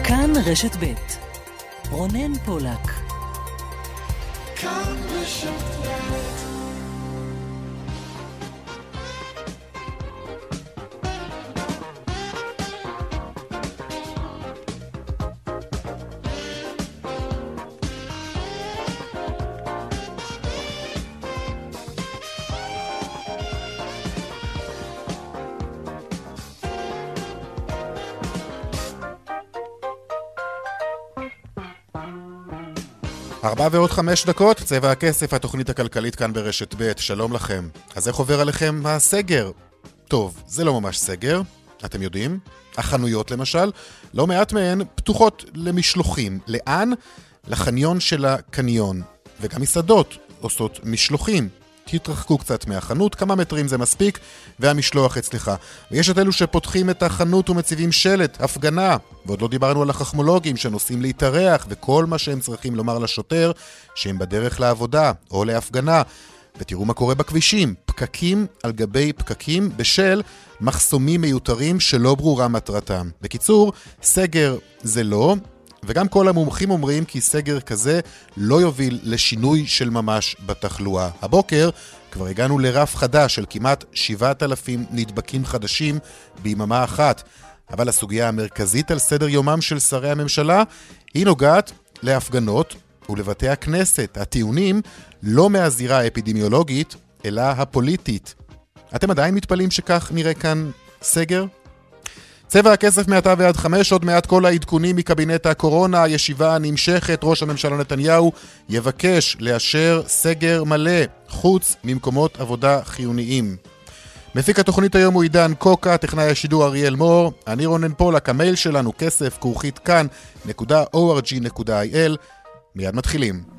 כאן רשת ב' רונן פולק. כאן רשת ב'. ארבע ועוד 5 דקות, צבע הכסף, התוכנית הכלכלית כאן ברשת ב'. שלום לכם. אז איך עובר עליכם הסגר? טוב, זה לא ממש סגר, אתם יודעים. החנויות למשל, לא מעט מהן פתוחות למשלוחים. לאן? לחניון של הקניון. וגם מסעדות עושות משלוחים. תתרחקו קצת מהחנות, כמה מטרים זה מספיק, והמשלוח אצלך. ויש את אלו שפותחים את החנות ומציבים שלט, הפגנה, ועוד לא דיברנו על החכמולוגים שנוסעים להתארח, וכל מה שהם צריכים לומר לשוטר, שהם בדרך לעבודה או להפגנה. ותראו מה קורה בכבישים, פקקים על גבי פקקים בשל מחסומים מיותרים שלא ברורה מטרתם. בקיצור, סגר זה לא, וגם כל המומחים אומרים כי סגר כזה לא יוביל לשינוי של ממש בתחלואה. הבוקר כבר הגענו לרף חדש של כמעט 7,000 נדבקים חדשים ביממה אחת. אבל הסוגיה המרכזית על סדר יומם של שרי הממשלה היא נוגעת להפגנות ולבתי הכנסת. הטיעונים לא מהזירה האפידמיולוגית אלא הפוליטית. אתם עדיין מתפלאים שכך נראה כאן סגר? צבע הכסף מעתה ועד 5, עוד מעט כל העדכונים מקבינט הקורונה. הישיבה נמשכת, ראש הממשלה נתניהו יבקש לאשר סגר מלא חוץ ממקומות עבודה חיוניים. מפיק התוכנית היום הוא עידן קוקה, טכנאי השידור אריאל מור, אני רונן פולק. המייל שלנו כסף@כאן.org.il. מיד מתחילים.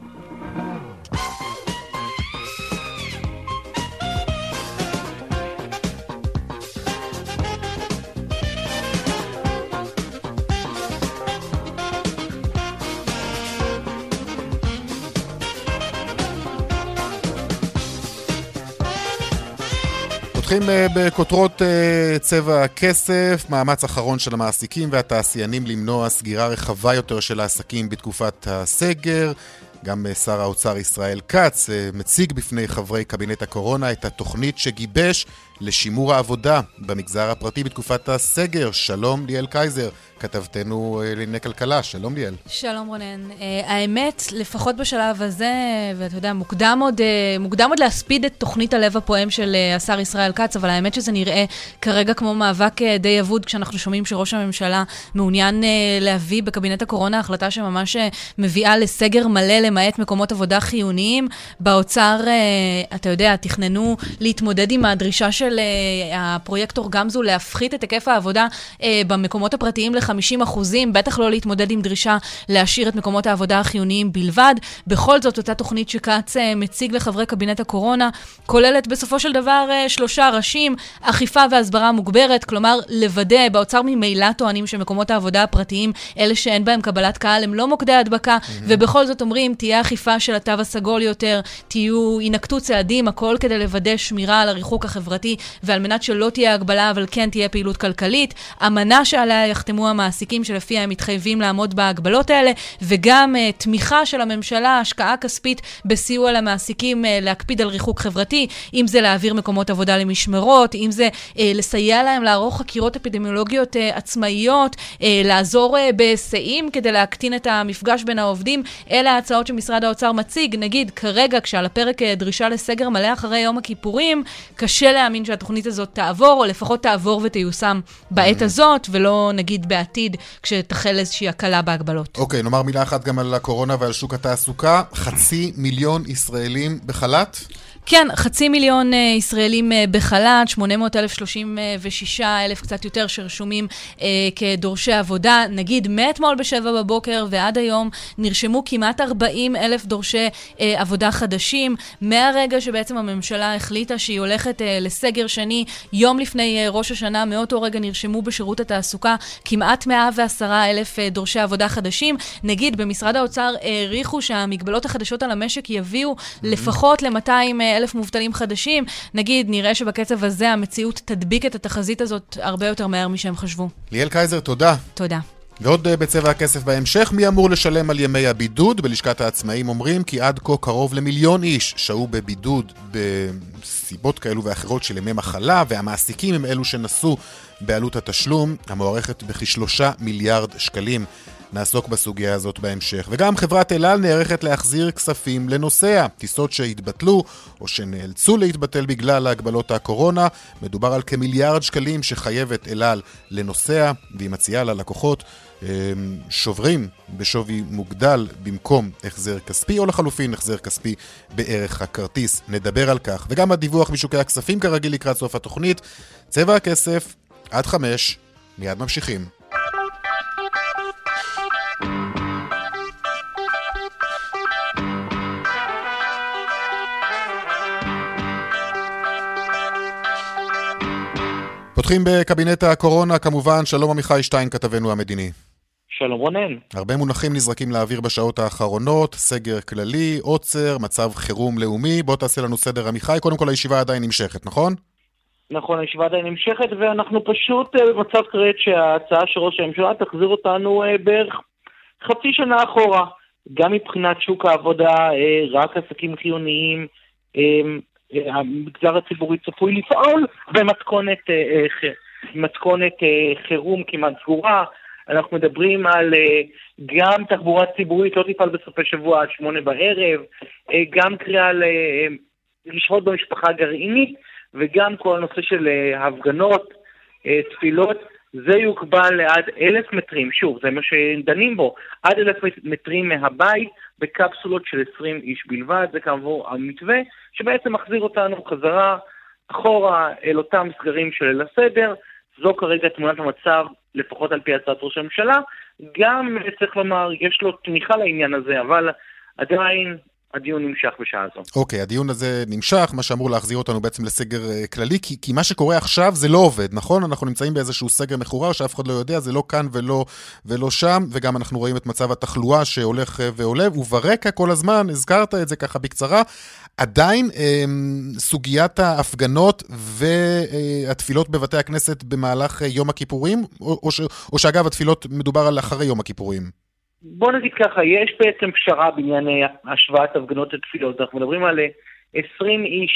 פותחים בכותרות צבע הכסף, מאמץ אחרון של המעסיקים והתעשיינים למנוע סגירה רחבה יותר של העסקים בתקופת הסגר. גם שר האוצר ישראל כץ מציג בפני חברי קבינט הקורונה את התוכנית שגיבש לשימור העבודה במגזר הפרטי בתקופת הסגר. שלום ליאל קייזר, כתבתנו לענייני כלכלה. שלום ליאל. שלום רונן. האמת, לפחות בשלב הזה, ואתה יודע, מוקדם עוד להספיד את תוכנית הלב הפועם של השר ישראל כץ, אבל האמת שזה נראה כרגע כמו מאבק די אבוד, כשאנחנו שומעים שראש הממשלה מעוניין להביא בקבינט הקורונה החלטה שממש מביאה לסגר מלא למעט מקומות עבודה חיוניים. באוצר, אתה יודע, תכננו להתמודד עם הדרישה של הפרויקטור גמזו להפחית את היקף העבודה במקומות הפרטיים ל50%, בטח לא להתמודד עם דרישה להשאיר את מקומות העבודה החיוניים בלבד. בכל זאת, אותה תוכנית שקץ מציג לחברי קבינט הקורונה, כוללת בסופו של דבר 3 ראשים, אכיפה והסברה מוגברת, כלומר לוודא, באוצר ממילא טוענים שמקומות העבודה הפרטיים, אלה שאין בהם קבלת קהל, הם לא מוקדי הדבקה, ובכל זאת אומרים, תהיה אכיפה של התו הסגול יותר, ינקטו צעדים, הכל כדי לוודא שמירה על הריחוק החברתי, ועל מנת שלא תהיה הגבלה, אבל כן תהיה פעילות כלכלית. אמנה שעליה יחתמו המעסיקים שלפיה הם מתחייבים לעמוד בהגבלות האלה, וגם תמיכה של הממשלה, השקעה כספית בסיוע למעסיקים להקפיד על ריחוק חברתי, אם זה להעביר מקומות עבודה למשמרות, אם זה לסייע להם לערוך חקירות אפידמיולוגיות עצמאיות, לעזור בהיסעים כדי להקטין את המפגש בין העובדים. אלה ההצעות שמשרד האוצר מציג. נגיד, כרגע כשעל הפרק דרישה לסגר מלא אחרי יום הכיפורים, קשה להאמין שהתוכנית הזאת תעבור, או לפחות תעבור ותיושם בעת הזאת, ולא נגיד בעתיד כשתחל איזושהי הקלה בהגבלות. אוקיי, נאמר מילה אחת גם על הקורונה ועל שוק התעסוקה. 500,000 ישראלים בחל"ת? כן, 500,000 ישראלים בחל"ת, 836,000 קצת יותר שרשומים כדורשי עבודה. נגיד, מאתמול ב7 בבוקר ועד היום נרשמו כמעט 40,000 דורשי עבודה חדשים. מהרגע שבעצם הממשלה החליטה שהיא הולכת לסגר שני, יום לפני ראש השנה, מאותו רגע נרשמו בשירות התעסוקה כמעט 110,000 דורשי עבודה חדשים. נגיד, במשרד האוצר העריכו שהמגבלות החדשות על המשק יביאו לפחות ל200,000 מובטלים חדשים. נגיד, נראה שבקצב הזה המציאות תדביק את התחזית הזאת הרבה יותר מהר משהם חשבו. ליאל קייזר, תודה. תודה. ועוד בצבע הכסף בהמשך, מי אמור לשלם על ימי הבידוד? בלשכת העצמאים אומרים כי עד כה קרוב ל1,000,000 איש שהו בבידוד בסיבות כאלו ואחרות של ימי מחלה, והמעסיקים הם אלו שנסו בעלות התשלום המוערכת בכ3 מיליארד שקלים. נעסוק בסוגיה הזאת בהמשך. וגם חברת אל על נערכת להחזיר כספים לנוסע. טיסות שהתבטלו או שנאלצו להתבטל בגלל ההגבלות הקורונה. מדובר על כמיליארד שקלים שחייבת אל על לנוסע, והיא מציעה ללקוחות שוברים בשווי מוגדל במקום החזר כספי, או לחלופין החזר כספי בערך הכרטיס. נדבר על כך. וגם הדיווח משוקי הכספים כרגיל לקראת סוף התוכנית. צבע הכסף עד 5. מיד ממשיכים. פותחים בקבינט הקורונה, כמובן. שלום עמיחי שטיין, כתבנו המדיני. שלום רונן. הרבה מונחים נזרקים לאוויר בשעות האחרונות, סגר כללי, עוצר, מצב חירום לאומי. בוא תעשה לנו סדר עמיחי. קודם כל הישיבה עדיין נמשכת, נכון? נכון, הישיבה עדיין נמשכת, ואנחנו פשוט במצב כעת שההצעה של ראש הממשלה תחזיר אותנו בערך חצי שנה אחורה. גם מבחינת שוק העבודה, רק עסקים חיוניים, המגזר הציבורי צפוי לפעול במתכונת חירום כמעט סגורה. אנחנו מדברים על גם תחבורה ציבורית לא תפעל בסופי שבוע עד 8 בערב, גם קריאה לשהות במשפחה גרעינית, וגם כל הנושא של הפגנות, תפילות, זה יוקבל לעד 1,000 מטרים, שוב, זה מה שדנים בו, עד 1,000 מטרים מהבית, בקפסולות של 20 איש בלבד. זה כאמור המתווה שבעצם מחזיר אותנו חזרה אחורה אל אותם סגרים של ליל הסדר. זו כרגע תמונת המצב, לפחות על פי הצעת ראש הממשלה. גם צריך לומר, יש לו תמיכה לעניין הזה, אבל עדיין הדיון נמשך בשעה זו. אוקיי, הדיון הזה נמשך, מה שאמור להחזיר אותנו בעצם לסגר כללי, כי מה שקורה עכשיו זה לא עובד, נכון? אנחנו נמצאים באיזשהו סגר מחורר שאף אחד לא יודע, זה לא כאן ולא שם, וגם אנחנו רואים את מצב התחלואה שהולך ועולה, וברקע כל הזמן, הזכרת את זה ככה בקצרה, עדיין סוגיית ההפגנות והתפילות בבתי הכנסת במהלך יום הכיפורים, או שאגב התפילות מדובר על אחרי יום הכיפורים? בוא נגיד ככה, יש בעצם פשרה בעניין השוואת הפגנות לתפילות. אנחנו מדברים על 20 איש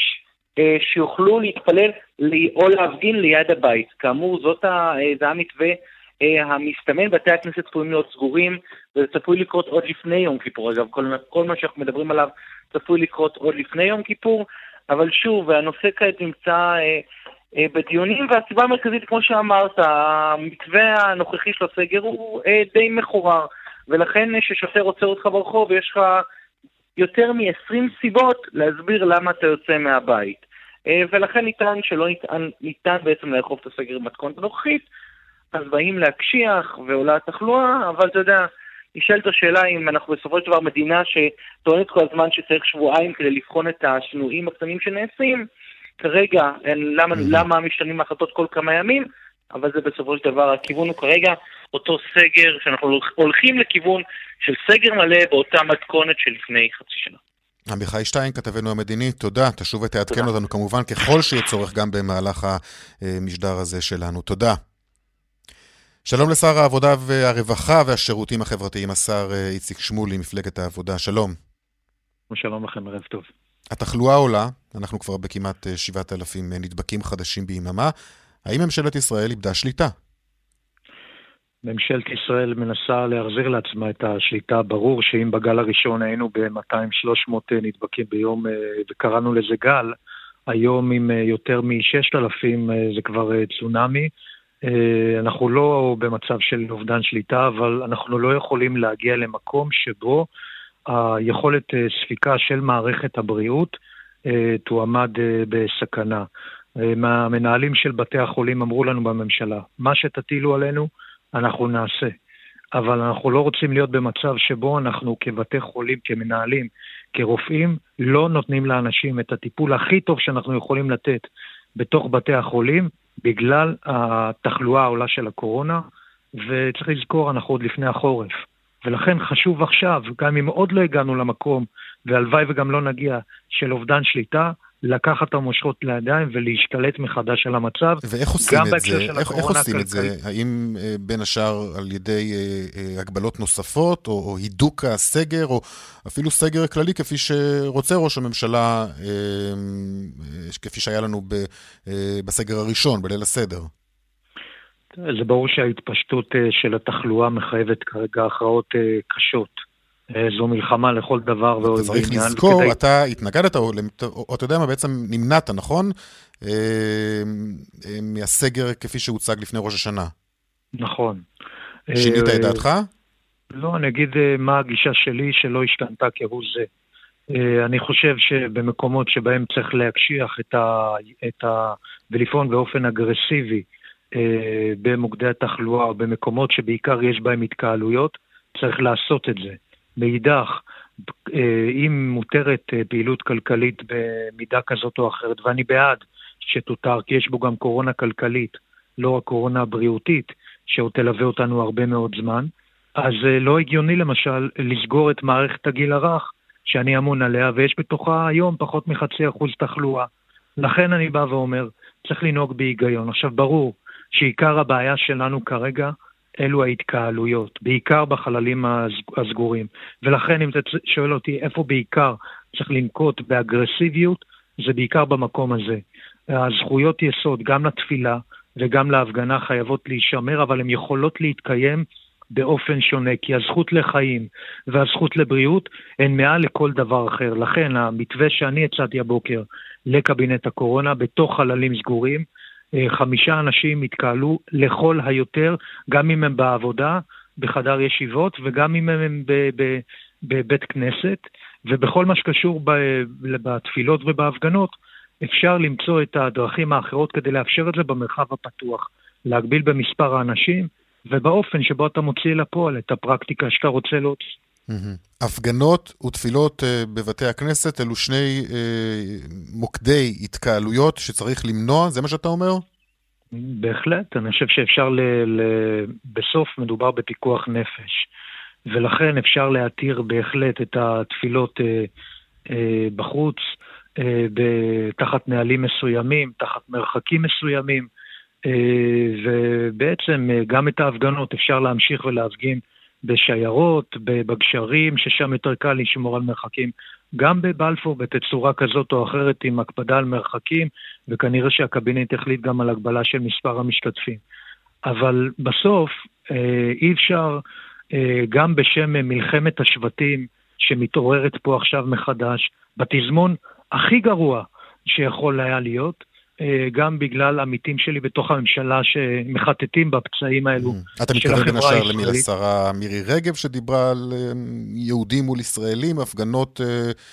שיוכלו להתפלל או להפגין ליד הבית. כאמור, זה המתווה המסתמן. בתי הכנסת צפויים להיות סגורים, וזה צפוי לקרות עוד לפני יום כיפור. אגב, כל מה שאנחנו מדברים עליו צפוי לקרות עוד לפני יום כיפור, אבל שוב, הנושא כעת נמצא בדיונים, והסיבה המרכזית, כמו שאמרת, המתווה הנוכחי של הסגר הוא די מחורר. ולכן ששוטר עוצר אותך ברחוב, יש לך יותר מ-20 סיבות להסביר למה אתה יוצא מהבית. ולכן ניתן בעצם לאכוף את הסגר במתכונת הנוכחית, אז באים להקשיח ועולה התחלואה, אבל אתה יודע, נשאלת השאלה אם אנחנו בסופו של דבר מדינה שטוענת כל הזמן שצריך שבועיים כדי לבחון את השינויים הקטנים שנעשים. כרגע, למה משתנים החלטות כל כמה ימים? אבל זה בסופו של דבר, הכיוון הוא כרגע אותו סגר, שאנחנו הולכים לכיוון של סגר מלא באותה מתכונת של לפני חצי שנה. עמיחי שטיין, כתבנו המדיני, תודה. תשוב ותעדכן אותנו כמובן ככל שיהיה צורך גם במהלך המשדר הזה שלנו. תודה. שלום לשר העבודה והרווחה והשירותים החברתיים, השר איציק שמולי, מפלגת העבודה. שלום. שלום לכם, ערב טוב. התחלואה עולה, אנחנו כבר בכמעט 7,000 נדבקים חדשים ביממה. האם ממשלת ישראל איבדה שליטה? ממשלת ישראל מנסה להחזיר לעצמה את השליטה. ברור שאם בגל הראשון היינו ב-200-300 נדבקים ביום וקראנו לזה גל, היום עם יותר מ-6,000 זה כבר צונאמי. אנחנו לא במצב של אובדן שליטה, אבל אנחנו לא יכולים להגיע למקום שבו היכולת ספיקה של מערכת הבריאות תועמד בסכנה. מהמנהלים של בתי החולים אמרו לנו בממשלה, מה שתטילו עלינו אנחנו נעשה, אבל אנחנו לא רוצים להיות במצב שבו אנחנו כבתי חולים, כמנהלים, כרופאים, לא נותנים לאנשים את הטיפול הכי טוב שאנחנו יכולים לתת בתוך בתי החולים, בגלל התחלואה העולה של הקורונה, וצריך לזכור, אנחנו עוד לפני החורף. ולכן חשוב עכשיו, גם אם עוד לא הגענו למקום, והלוואי וגם לא נגיע של אובדן שליטה, לקחת את המושכות לידיים ולהשתלט מחדש על המצב. ואיך עושים את זה? איך עושים את זה? האם בין השאר על ידי הגבלות נוספות, או הידוק הסגר, או אפילו סגר כללי, כפי שרוצה ראש הממשלה, כפי שהיה לנו בסגר הראשון, בליל הסדר? זה ברור שההתפשטות של התחלואה מחייבת כרגע הכרעות קשות. זו מלחמה לכל דבר ועוד בעניין. צריך לזכור, אתה התנגדת, או אתה יודע מה, בעצם נמנעת, נכון? מהסגר כפי שהוצג לפני ראש השנה. נכון. שינית את דעתך? לא, אני אגיד מה הגישה שלי שלא השתנתה כהוא זה. אני חושב שבמקומות שבהם צריך להקשיח ולפעול באופן אגרסיבי במוקדי התחלואה, או במקומות שבעיקר יש בהם התקהלויות, צריך לעשות את זה. מאידך, אם מותרת פעילות כלכלית במידה כזאת או אחרת, ואני בעד שתותר, כי יש בו גם קורונה כלכלית, לא רק קורונה בריאותית, שעוד תלווה אותנו הרבה מאוד זמן, אז לא הגיוני למשל לסגור את מערכת הגיל הרך, שאני אמון עליה, ויש בתוכה היום פחות מ0.5% תחלואה. לכן אני בא ואומר, צריך לנהוג בהיגיון. עכשיו ברור שעיקר הבעיה שלנו כרגע, אלו ההתקהלויות, בעיקר בחללים הסגורים. ולכן אם אתה שואל אותי איפה בעיקר צריך לנקוט באגרסיביות, זה בעיקר במקום הזה. הזכויות יסוד גם לתפילה וגם להפגנה חייבות להישמר, אבל הן יכולות להתקיים באופן שונה, כי הזכות לחיים והזכות לבריאות הן מעל לכל דבר אחר. לכן המתווה שאני הצעתי הבוקר לקבינט הקורונה, בתוך חללים סגורים, 5 אנשים התקהלו לכל היותר, גם אם הם בעבודה, בחדר ישיבות, וגם אם הם בבית כנסת, ובכל מה שקשור בתפילות ובהפגנות, אפשר למצוא את הדרכים האחרות כדי לאפשר את זה במרחב הפתוח, להגביל במספר האנשים, ובאופן שבו אתה מוציא לפועל את הפרקטיקה שאתה רוצה להוציא. הפגנות ותפילות בבתי הכנסת, אלו שני מוקדי התקהלויות שצריך למנוע, זה מה שאתה אומר? בהחלט, אני חושב שאפשר בסוף מדובר בפיקוח נפש, ולכן אפשר להתיר בהחלט את התפילות בחוץ, תחת נהלים מסוימים, תחת מרחקים מסוימים, ובעצם גם את ההפגנות אפשר להמשיך ולהפגין בשיירות, בגשרים, ששם יותר קל לשמור על מרחקים, גם בבלפור בתצורה כזאת או אחרת עם הקפדה על מרחקים, וכנראה שהקבינט החליט גם על הגבלה של מספר המשתתפים. אבל בסוף אי אפשר, גם בשם מלחמת השבטים שמתעוררת פה עכשיו מחדש, בתזמון הכי גרוע שיכול היה להיות, גם בגלל עמיתים שלי בתוך הממשלה שמחטטים בפצעים האלו. אתה מתכוון בין השאר לשרה מירי רגב שדיברה על יהודים מול ישראלים, הפגנות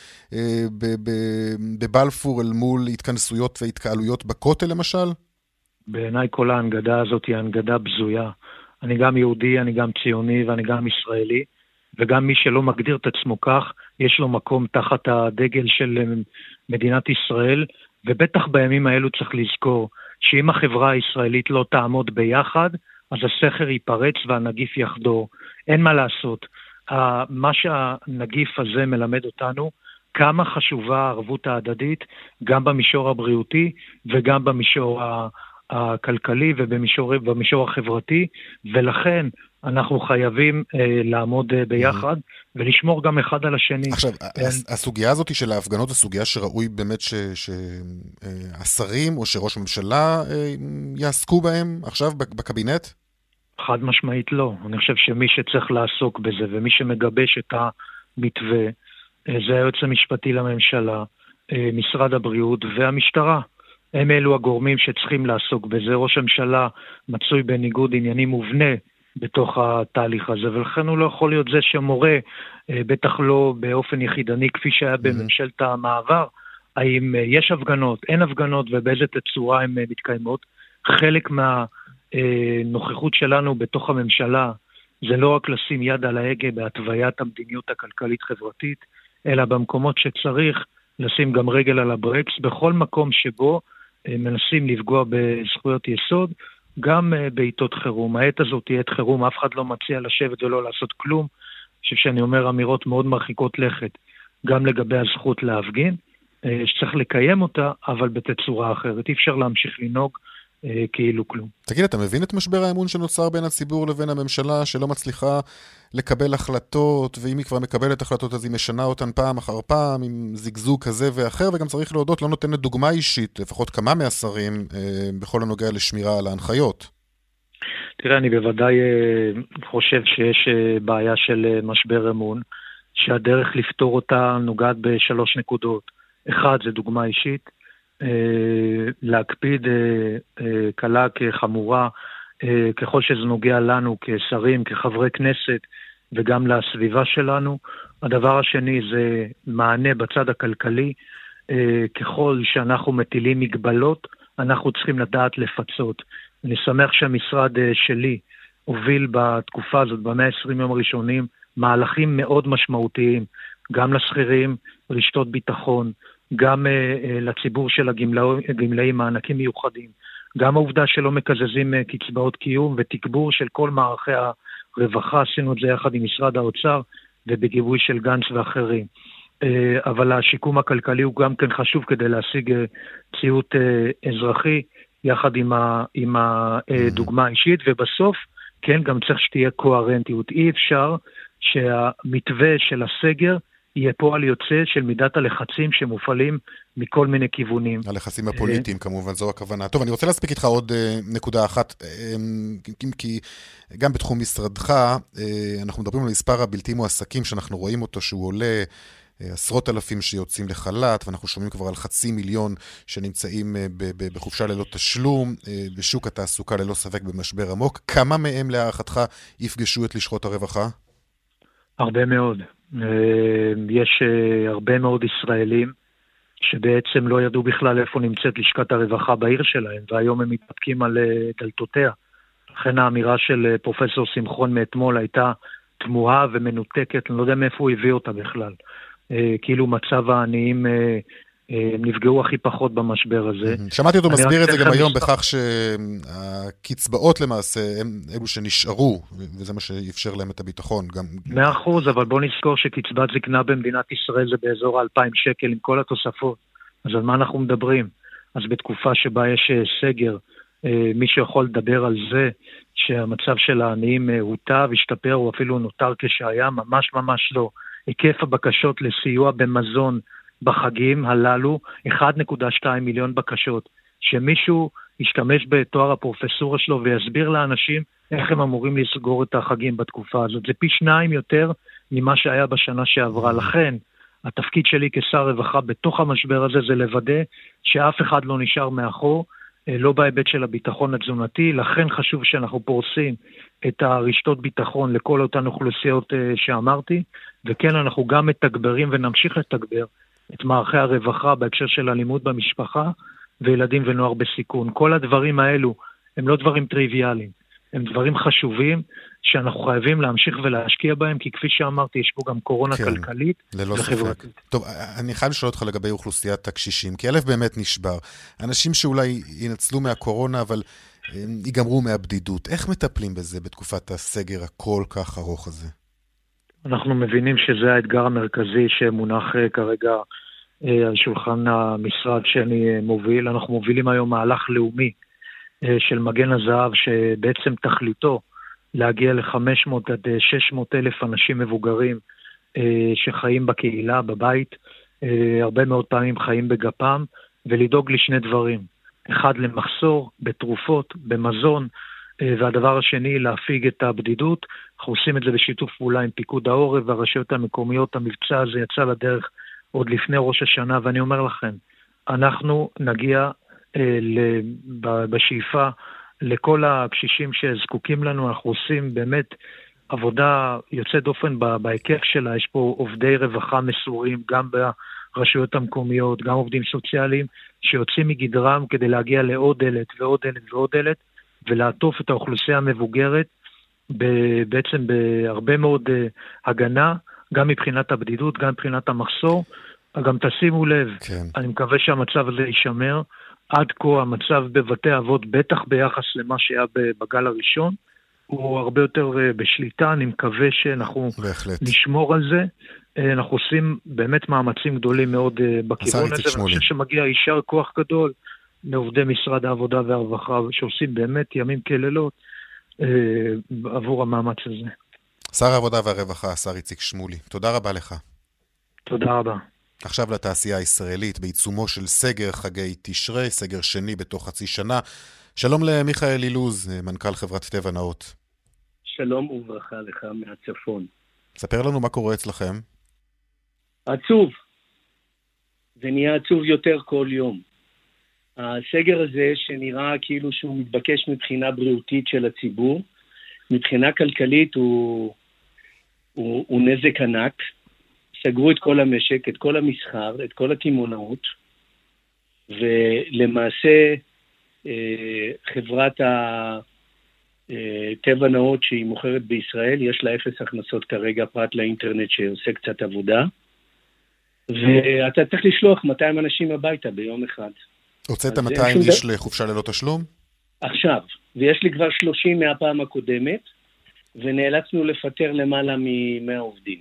בבלפור אל מול התכנסויות והתקהלויות בכותל למשל? בעיניי כל ההנגדה הזאת היא הנגדה בזויה. אני גם יהודי, אני גם ציוני ואני גם ישראלי, וגם מי שלא מגדיר את עצמו כך, יש לו מקום תחת הדגל של מדינת ישראל, ובטח בימים האלו צריך לזכור שאם החברה הישראלית לא תעמוד ביחד, אז הסכר ייפרץ והנגיף יחדור. אין מה לעשות. מה שהנגיף הזה מלמד אותנו, כמה חשובה הערבות ההדדית, גם במישור הבריאותי וגם במישור הכלכלי ובמישור החברתי, ולכן אנחנו חייבים לעמוד ביחד ולשמור גם אחד על השני. עכשיו, הסוגיה הזאת של ההפגנות, הסוגיה שראוי באמת שהשרים או שראש הממשלה יעסקו בהם עכשיו בקבינט? חד משמעית לא. אני חושב שמי שצריך לעסוק בזה ומי שמגבש את המתווה, זה היועץ המשפטי לממשלה, משרד הבריאות והמשטרה. הם אלו הגורמים שצריכים לעסוק בזה. ראש הממשלה מצוי בניגוד עניינים מובנה בתוך התהליך הזה, ולכן הוא לא יכול להיות זה שמורה, בטח לא באופן יחידני כפי שהיה בממשלת המעבר, האם יש הפגנות, אין הפגנות ובאיזה תצורה הן מתקיימות. חלק מהנוכחות שלנו בתוך הממשלה זה לא רק לשים יד על ההגה בהתוויית המדיניות הכלכלית-חברתית, אלא במקומות שצריך לשים גם רגל על הברקס, בכל מקום שבו מנסים לפגוע בזכויות יסוד, גם בעיתות חירום. העת הזאת היא עת חירום, אף אחד לא מציע לשבת ולא לעשות כלום. אני חושב שאני אומר אמירות מאוד מרחיקות לכת, גם לגבי הזכות להפגין, שצריך לקיים אותה, אבל בתצורה אחרת. אי אפשר להמשיך לנהוג כאילו כלום. תגיד, אתה מבין את משבר האמון שנוצר בין הציבור לבין הממשלה, שלא מצליחה לקבל החלטות, ואם היא כבר מקבלת החלטות, אז היא משנה אותן פעם אחר פעם, עם זיגזוג כזה ואחר, וגם צריך להודות, לא נותנת דוגמה אישית, לפחות כמה מהשרים, בכל הנוגע לשמירה על ההנחיות. תראה, אני בוודאי חושב שיש בעיה של משבר אמון, שהדרך לפתור אותה נוגעת בשלוש נקודות. אחד, זה דוגמה אישית, להקפיד קלה כחמורה, ככל שזה נוגע לנו כשרים, כחברי כנסת, וגם לסביבה שלנו. הדבר השני זה מענה בצד הכלכלי, ככל שאנחנו מטילים מגבלות, אנחנו צריכים לדעת לפצות. אני שמח שהמשרד שלי הוביל בתקופה הזאת, ב-120 יום הראשונים, מהלכים מאוד משמעותיים, גם לשכירים, רשתות ביטחון, גם לציבור של הגמלאים, מענקים מיוחדים, גם העובדה שלא מקזזים קצבאות קיום ותגבור של כל מערכי הרווחה, עשינו את זה יחד עם משרד האוצר ובגיבוי של גנץ ואחרים. אבל השיקום הכלכלי הוא גם כן חשוב כדי להשיג ציות אזרחי, יחד עם הדוגמה האישית, ובסוף כן גם צריך שתהיה קוהרנטיות. אי אפשר שהמתווה של הסגר יהיה פועל יוצא של מידת הלחצים שמופעלים מכל מיני כיוונים. הלחצים הפוליטיים כמובן, זו הכוונה. טוב, אני רוצה להספיק איתך עוד נקודה אחת, כי גם בתחום משרדך, אנחנו מדברים על מספר הבלתי מועסקים, שאנחנו רואים אותו שהוא עולה, עשרות אלפים שיוצאים לחל"ת, ואנחנו שומעים כבר על 500,000 שנמצאים בחופשה ללא תשלום, בשוק התעסוקה ללא ספק במשבר עמוק. כמה מהם להערכתך יפגשו את לשכות הרווחה? הרבה מאוד. יש הרבה מאוד ישראלים שבעצם לא ידעו בכלל איפה נמצאת לשכת הרווחה בעיר שלהם, והיום הם מתפקים על דלתותיה. לכן האמירה של פרופסור שמחון מאתמול הייתה תמוהה ומנותקת, אני לא יודע מאיפה הוא הביא אותה בכלל. כאילו מצב העניים נפגעו הכי פחות במשבר הזה. שמעתי אותו מסביר את זה גם היום בכך שהקצבאות למעשה הם אלו שנשארו, וזה מה שאפשר להם את הביטחון. 100%, אבל בוא נזכור שקצבת זקנה במדינת ישראל זה באזור 2,000 שקל עם כל התוספות. אז על מה אנחנו מדברים? אז בתקופה שבה יש סגר, מי שיכול לדבר על זה שהמצב של העניים הוטב, השתפר, או אפילו נותר כשהיה, ממש ממש לא. היקף הבקשות לסיוע במזון בחגים הללו, 1.2 מיליון בקשות. שמישהו ישתמש בתואר הפרופסורה שלו ויסביר לאנשים איך הם אמורים לסגור את החגים בתקופה הזאת. זה פי 2 יותר ממה שהיה בשנה שעברה. לכן, התפקיד שלי כשר רווחה בתוך המשבר הזה זה לוודא שאף אחד לא נשאר מאחור, לא בהיבט של הביטחון התזונתי. לכן חשוב שאנחנו פורסים את הרשתות ביטחון לכל אותן אוכלוסיות שאמרתי, וכן אנחנו גם מתגברים ונמשיך לתגבר את מערכי הרווחה בהקשר של אלימות במשפחה וילדים ונוער בסיכון. כל הדברים האלו הם לא דברים טריוויאליים, הם דברים חשובים שאנחנו חייבים להמשיך ולהשקיע בהם, כי כפי שאמרתי, יש פה גם קורונה כלכלית וחברתית. טוב, אני חייב לשאול אותך לגבי אוכלוסיית הקשישים, כי אלף באמת נשבר. אנשים שאולי ינצלו מהקורונה, אבל ייגמרו מהבדידות. איך מטפלים בזה בתקופת הסגר הכל כך ארוך הזה? אנחנו מבינים שזה האתגר המרכזי שמונח כרגע על שולחן המשרד שאני מוביל. אנחנו מובילים היום מהלך לאומי של מגן הזהב, שבעצם תכליתו להגיע ל-500 עד 600 אלף אנשים מבוגרים שחיים בקהילה, בבית, הרבה מאוד פעמים חיים בגפם, ולדאוג לשני דברים. אחד, למחסור בתרופות, במזון, והדבר השני, להפיג את הבדידות. אנחנו עושים את זה בשיתוף פעולה עם פיקוד העורף והרשויות המקומיות. המבצע הזה יצא לדרך עוד לפני ראש השנה, ואני אומר לכם, אנחנו נגיע בשאיפה לכל הקשישים שזקוקים לנו. אנחנו עושים באמת עבודה יוצאת דופן בהיקף שלה. יש פה עובדי רווחה מסורים, גם ברשויות המקומיות, גם עובדים סוציאליים, שיוצאים מגדרם כדי להגיע לעוד דלת ועוד דלת ועוד דלת, ולעטוף את האוכלוסייה המבוגרת בעצם בהרבה מאוד הגנה, גם מבחינת הבדידות, גם מבחינת המחסור. גם תשימו לב, כן. אני מקווה שהמצב הזה יישמר. עד כה המצב בבתי אבות, בטח ביחס למה שהיה בגל הראשון, הוא הרבה יותר בשליטה, אני מקווה שאנחנו נשמור על זה. אנחנו עושים באמת מאמצים גדולים מאוד בכיוון הזה, ואני חושב שמגיע יישר כוח גדול לעובדי משרד העבודה והרווחה, שעושים באמת ימים כלילות עבור המאמץ הזה. שר העבודה והרווחה, השר איציק שמולי, תודה רבה לך. תודה רבה. עכשיו לתעשייה הישראלית, בעיצומו של סגר חגי תשרי, סגר שני בתוך חצי שנה. שלום למיכאל אילוז, מנכ"ל חברת טבע נאות. שלום וברכה לך מהצפון. ספר לנו מה קורה אצלכם. עצוב. זה נהיה עצוב יותר כל יום. הסגר הזה שנראה כאילו שהוא מתבקש מבחינה בריאותית של הציבור, מבחינה כלכלית הוא נזק ענק. סגרו את כל המשק, את כל המסחר, את כל הקמעונאות, ולמעשה חברת טבע נאות שהיא מוכרת בישראל, יש לה 0 הכנסות כרגע פרט לאינטרנט שעושה קצת עבודה, ואתה צריך לשלוח 200 אנשים הביתה ביום אחד. הוצאת 200 איש לחופשה ללא תשלום? עכשיו, ויש לי כבר 30 מהפעם הקודמת, ונאלצנו לפטר למעלה מ100 עובדים.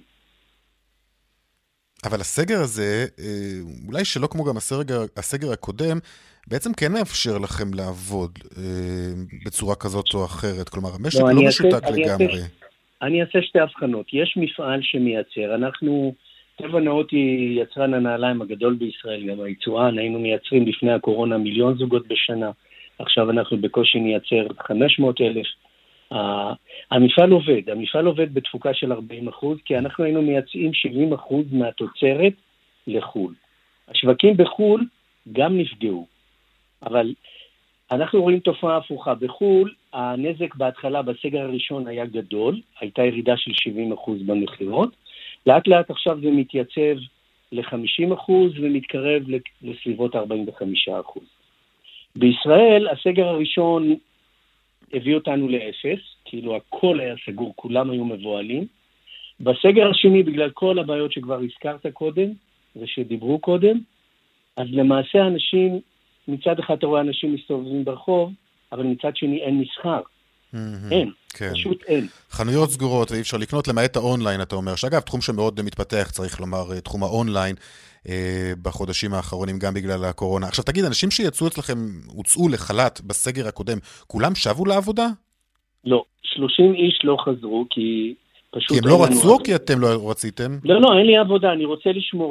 אבל הסגר הזה, אולי שלא כמו גם הסגר הקודם, בעצם כן מאפשר לכם לעבוד בצורה כזאת או אחרת. כלומר, המשק לא משותק לגמרי. אני אעשה שתי הבחנות. יש מפעל שמייצר. אנחנו, טבע נאות היא יצרן הנעליים הגדול בישראל, גם היצואן. היינו מייצרים לפני הקורונה 1,000,000 זוגות בשנה. עכשיו אנחנו בקושי נייצר 500,000. המפעל עובד בתפוקה של 40%, כי אנחנו היינו מייצאים 70% מהתוצרת לחול. השווקים בחול גם נפגעו, אבל אנחנו רואים תופעה הפוכה. בחול הנזק בהתחלה בסגר הראשון היה גדול, הייתה ירידה של 70% במחירות, לאט לאט עכשיו זה מתייצב ל-50% ומתקרב לסביבות 45%. בישראל הסגר הראשון הביא אותנו ל0, כאילו הכל היה סגור, כולם היו מבועלים. בסגר השני, בגלל כל הבעיות שכבר הזכרת קודם, ושדיברו קודם, אז למעשה אנשים, מצד אחד אתה רואה אנשים מסתובבים ברחוב, אבל מצד שני אין מסחר. אין, כן. פשוט אין. חנויות סגורות ואי אפשר לקנות, למעט האונליין, אתה אומר, שאגב, תחום שמאוד מתפתח, צריך לומר, תחום האונליין, בחודשים האחרונים, גם בגלל הקורונה. עכשיו תגיד, אנשים שיצאו אצלכם, הוצאו לחל"ת בסגר הקודם, כולם שבו לעבודה? לא, 30 איש לא חזרו, כי פשוט... כי הם לא רצו או כי אתם לא רציתם? לא, אין לי עבודה, אני רוצה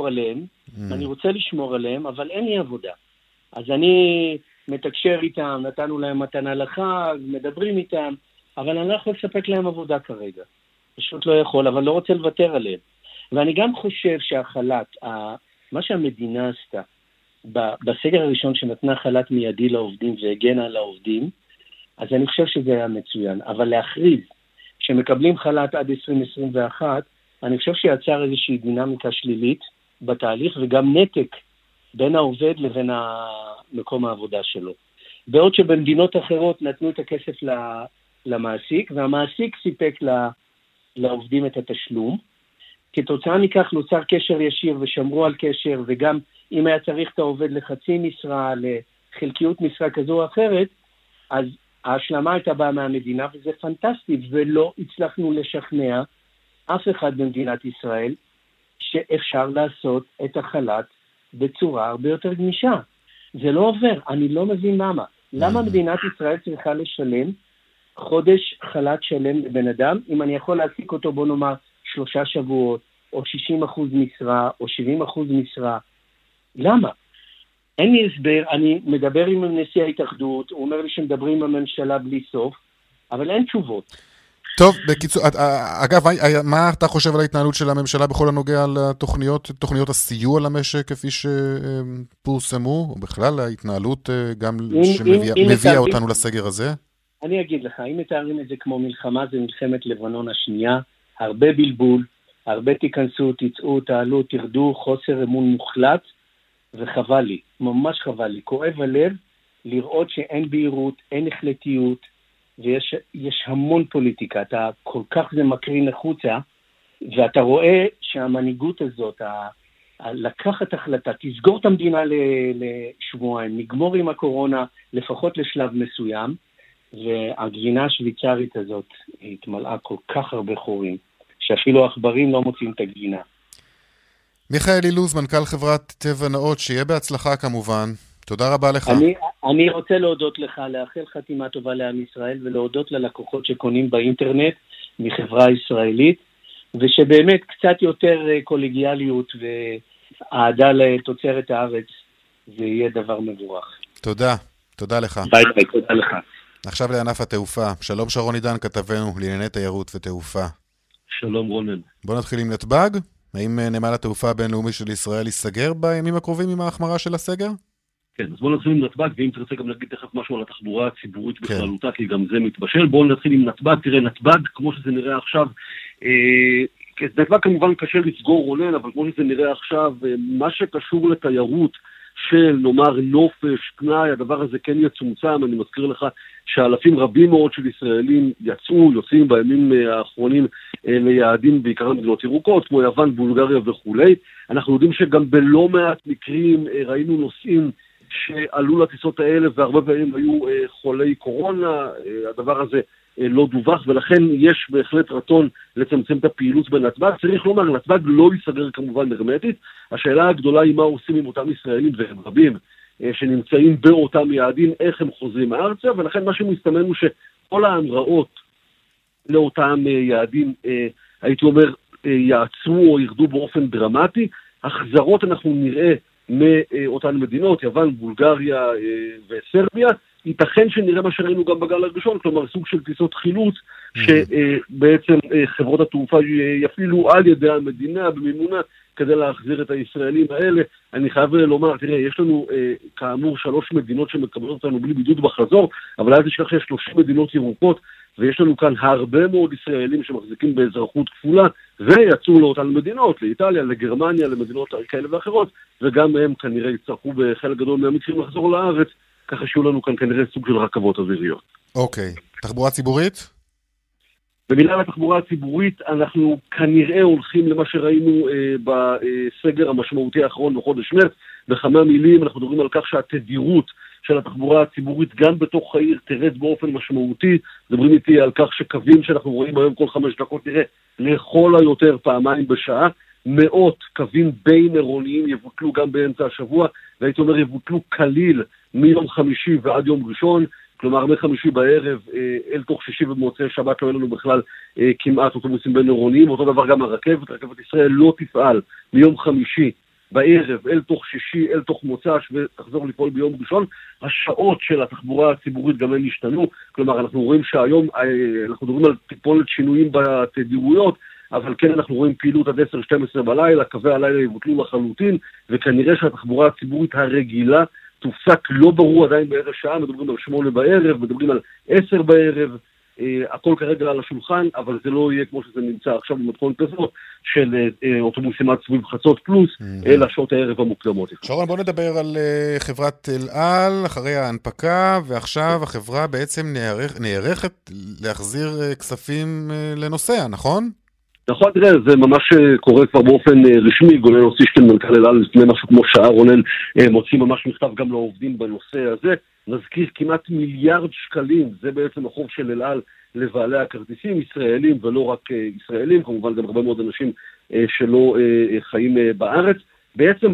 לשמור עליהם, אבל אין לי עבודה. אז אני מתקשר איתם, נתנו להם מתנה לחג, מדברים איתם, אבל אני לא יכול לספק להם עבודה כרגע. פשוט לא יכול, אבל לא רוצה לוותר עליהם. ואני גם חושב שהחל"ת, מה שהמדינה עשתה, בסגר הראשון שנתנה חל"ת מיידי לעובדים והגנה על העובדים, אז אני חושב שזה היה מצוין. אבל להכריז שמקבלים חל"ת עד 2021, אני חושב שיצר איזושהי דינמיקה שלילית בתהליך, וגם נתק בין העובד לבין מקום העבודה שלו. בעוד שבמדינות אחרות נתנו את הכסף למעסיק, והמעסיק סיפק לעובדים את התשלום. כתוצאה מכך נוצר קשר ישיר ושמרו על קשר, וגם אם היה צריך את העובד לחצי משרה, לחלקיות משרה כזו או אחרת, אז ההשלמה הייתה באה מהמדינה, וזה פנטסטי, ולא הצלחנו לשכנע אף אחד במדינת ישראל שאפשר לעשות את החל"ת בצורה הרבה יותר גמישה. זה לא עובר, אני לא מבין למה. למה מדינת ישראל צריכה לשלם חודש חל"ת שלם לבן אדם, אם אני יכול להעסיק אותו, בוא נאמר, 3 שבועות, או 60% משרה, או 70% משרה. למה? אין לי הסבר, אני מדבר עם נשיא ההתאחדות, הוא אומר לי שמדברים עם הממשלה בלי סוף, אבל אין תשובות. טוב, בקיצור, אגב, מה אתה חושב על ההתנהלות של הממשלה בכל הנוגע לתוכניות הסיוע למשק כפי שפורסמו, או בכלל ההתנהלות גם שמביאה אותנו לסגר הזה? אני אגיד לך, אם מתארים את זה כמו מלחמה, זה מלחמת לבנון השנייה, הרבה בלבול, הרבה תיכנסו, תצאו, תעלו, תרדו, חוסר אמון מוחלט, וחבל לי, ממש חבל לי. כואב הלב לראות שאין בהירות, אין החלטיות, ויש המון פוליטיקה. אתה כל כך זה מקרין החוצה, ואתה רואה שהמנהיגות הזאת, לקחת החלטה, תסגור את המדינה לשבועיים, נגמור עם הקורונה לפחות לשלב מסוים, והגבינה השוויצרית הזאת התמלאה כל כך הרבה חורים, שאפילו העכברים לא מוצאים את הגבינה. מיכאל אילוז, מנכ"ל חברת טבע נאות, שיהיה בהצלחה כמובן. תודה רבה לך. אני רוצה להודות לך, לאחל חתימה טובה לעם ישראל, ולהודות ללקוחות שקונים באינטרנט מחברה ישראלית, ושבאמת קצת יותר קולגיאליות והעדה לתוצרת הארץ, זה יהיה דבר מבורך. תודה, תודה לך. ביי ביי, תודה לך. עכשיו לענף התעופה. שלום שרון עידן, כתבנו לענייני תיירות ותעופה. שלום רונן. בוא נתחיל עם נתב"ג. האם נמל התעופה הבינלאומי של ישראל ייסגר בימים הקרובים עם ההחמרה של הסגר? כן, אז בואו נתחיל עם נתב"ג, ואם תרצה גם להגיד תכף משהו על התחבורה הציבורית בכללותה, כי גם זה מתבשל. בואו נתחיל עם נתב"ג. תראה, נתב"ג, כמו שזה נראה עכשיו, נתב"ג כמובן קשה לסגור רונן, אבל כמו שזה נראה עכשיו, מה שקשור לתיירות של, נאמר, נופש, פנאי, הדבר הזה כן יצומצם. אני מזכיר לך שאלפים רבים מאוד של ישראלים יוצאים בימים האחרונים ליעדים בעיקר מדינות ירוקות, כמו יוון, בולגריה וכולי. אנחנו יודעים שגם בלא מעט מקרים ראינו נוסעים שעלו לטיסות האלה, והרבה פעמים היו חולי קורונה. הדבר הזה לא דווח, ולכן יש בהחלט רצון לצמצם את הפעילות בנתב"ג. צריך לומר, נתב"ג לא ייסגר כמובן הרמטית. השאלה הגדולה היא מה עושים עם אותם ישראלים והם רבים שנמצאים באותם יעדים, איך הם חוזרים הארצה, ולכן מה שמסתמן הוא שכל ההמראות לאותם יעדים, הייתי אומר, יעצרו או ירדו באופן דרמטי. החזרות אנחנו נראה מאותן מדינות, יוון, בולגריה וסרביה. ייתכן שנראה מה שראינו גם בגל הראשון, כלומר סוג של טיסות חילוץ, שבעצם חברות התעופה יפעילו על ידי המדינה במימונה כדי להחזיר את הישראלים האלה. אני חייב לומר, תראה, יש לנו כאמור 3 מדינות שמקבלות אותנו בלי בידוד בחזור, אבל אז יש ככה 30 מדינות ירוקות, ויש לנו כאן הרבה מאוד ישראלים שמחזיקים באזרחות כפולה, ויצאו לאותן מדינות, לאיטליה, לגרמניה, למדינות כאלה ואחרות, וגם הם כנראה יצטרכו בחלק גדול מהמקרים לחזור לארץ, ככה שיהיו לנו כאן כנראה סוג של רכבות אוויריות. אוקיי. תחבורה ציבורית? במילה לתחבורה הציבורית, אנחנו כנראה הולכים למה שראינו בסגר המשמעותי האחרון בחודש מרץ. בכמה מילים אנחנו מדברים על כך שהתדירות של התחבורה הציבורית גם בתוך העיר תרד באופן משמעותי. מדברים איתי על כך שקווים שאנחנו רואים היום כל 5 דקות נראה לכל היותר פעמיים בשעה. מאות קווים בין עירוניים יבוטלו גם באמצע השבוע, והייתי אומר יבוטלו כליל מיום חמישי ועד יום ראשון, כלומר מחמישי בערב אל תוך שישי ובמוצאי שבת לא יהיה לנו בכלל כמעט אוטובוסים בין עירוניים. אותו דבר גם הרכבת, רכבת ישראל לא תפעל מיום חמישי בערב אל תוך שישי, אל תוך מוצ"ש, ותחזור לפעול ביום ראשון. השעות של התחבורה הציבורית גם הן השתנו, כלומר אנחנו רואים שהיום אנחנו מדברים על טיפולת שינויים בתדירויות, אבל כן אנחנו רואים פעילות עד 10-12 בלילה, קווי הלילה יבוטלו לחלוטין, וכנראה שהתחבורה הציבורית הרגילה תופסק, לא ברור עדיין באיזה שעה, מדברים על 8 בערב, מדברים על 10 בערב, הכל כרגע על השולחן, אבל זה לא יהיה כמו שזה נמצא עכשיו במתכון כזאת, של אוטובוסים עד סביב חצות פלוס, אלא שעות הערב המוקדמות. שרון, בוא נדבר על חברת אל על, אחרי ההנפקה, ועכשיו החברה בעצם נערכת להחזיר כספים לנוסע, נכון? נכון, תראה, זה ממש קורה כבר באופן רשמי. גונן אוסישטיין, מנכ"ל אל על, לפני משהו כמו שעה, רונן, מוציא ממש מכתב גם לעובדים בנושא הזה. נזכיר כמעט מיליארד שקלים, זה בעצם החוב של אל על לבעלי הכרטיסים, ישראלים ולא רק ישראלים, כמובן גם הרבה מאוד אנשים שלא חיים בארץ. בעצם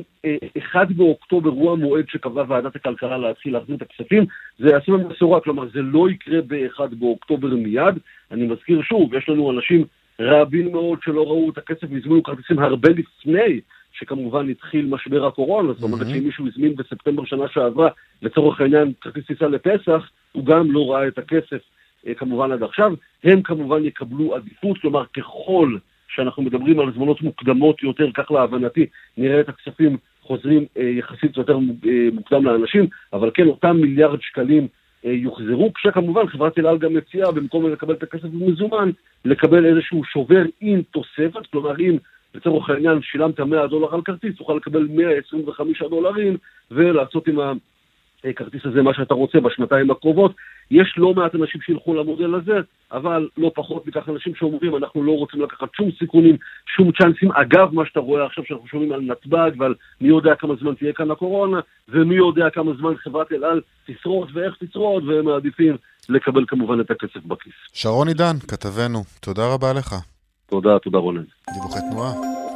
1 באוקטובר הוא המועד שקבעה ועדת הכלכלה להתחיל להחזיר את הכספים. זה הסימן מסורה, כלומר זה לא יקרה ב1 באוקטובר מיד. אני מזכיר שוב, יש לנו אנשים רבים מאוד שלא ראו את הכסף והזמינו כרטיסים הרבה לפני שכמובן התחיל משבר הקורונה. זאת אומרת שאם מישהו הזמין בספטמבר שנה שעברה לצורך העניין כרטיס טיסה לפסח, הוא גם לא ראה את הכסף כמובן עד עכשיו. הם כמובן יקבלו עדיפות, כלומר ככל שאנחנו מדברים על זמנות מוקדמות יותר, כך להבנתי נראה את הכספים חוזרים יחסית יותר מוקדם לאנשים, אבל כן אותם מיליארד שקלים יוחזרו, כשכמובן חברת אל על גם מציעה במקום לקבל את הכסף במזומן, לקבל איזשהו שובר עם תוספת, כלומר אם לצורך העניין שילמת $100 על כרטיס, תוכל לקבל $125 ולעשות עם כרטיס הזה מה שאתה רוצה בשנתיים הקרובות. יש לא מעט אנשים שילכו למודל הזה, אבל לא פחות מכך אנשים שאומרים, אנחנו לא רוצים לקחת שום סיכונים, שום צ'אנסים. אגב, מה שאתה רואה עכשיו שאנחנו שומעים על נתב"ג ועל מי יודע כמה זמן תהיה כאן הקורונה, ומי יודע כמה זמן חברת אל על תשרוד ואיך תשרוד, והם מעדיפים לקבל כמובן את הכסף בכיס. שרון עידן, כתבנו, תודה רבה לך. תודה רונן. דיווחי תנועה.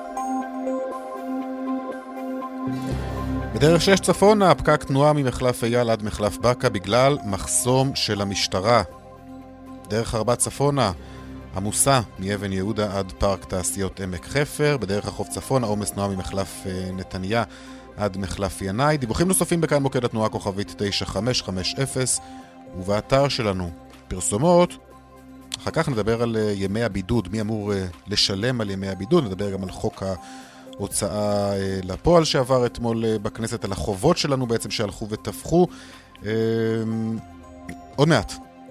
בדרך 6 צפונה, פקק תנועה ממחלף אייל עד מחלף בקה בגלל מחסום של המשטרה. דרך 4 צפונה, עמוסה מאבן יהודה עד פארק תעשיות עמק חפר. בדרך החוף צפונה, עומס תנועה ממחלף נתניה עד מחלף ינאי. דיווחים נוספים בכאן מוקד התנועה כוכבית 9550, ובאתר שלנו פרסומות. אחר כך נדבר על ימי הבידוד, מי אמור לשלם על ימי הבידוד. נדבר גם על חוק הוצאה לפועל שעבר אתמול בכנסת, על החובות שלנו בעצם שהלכו ותפחו. עוד מעט.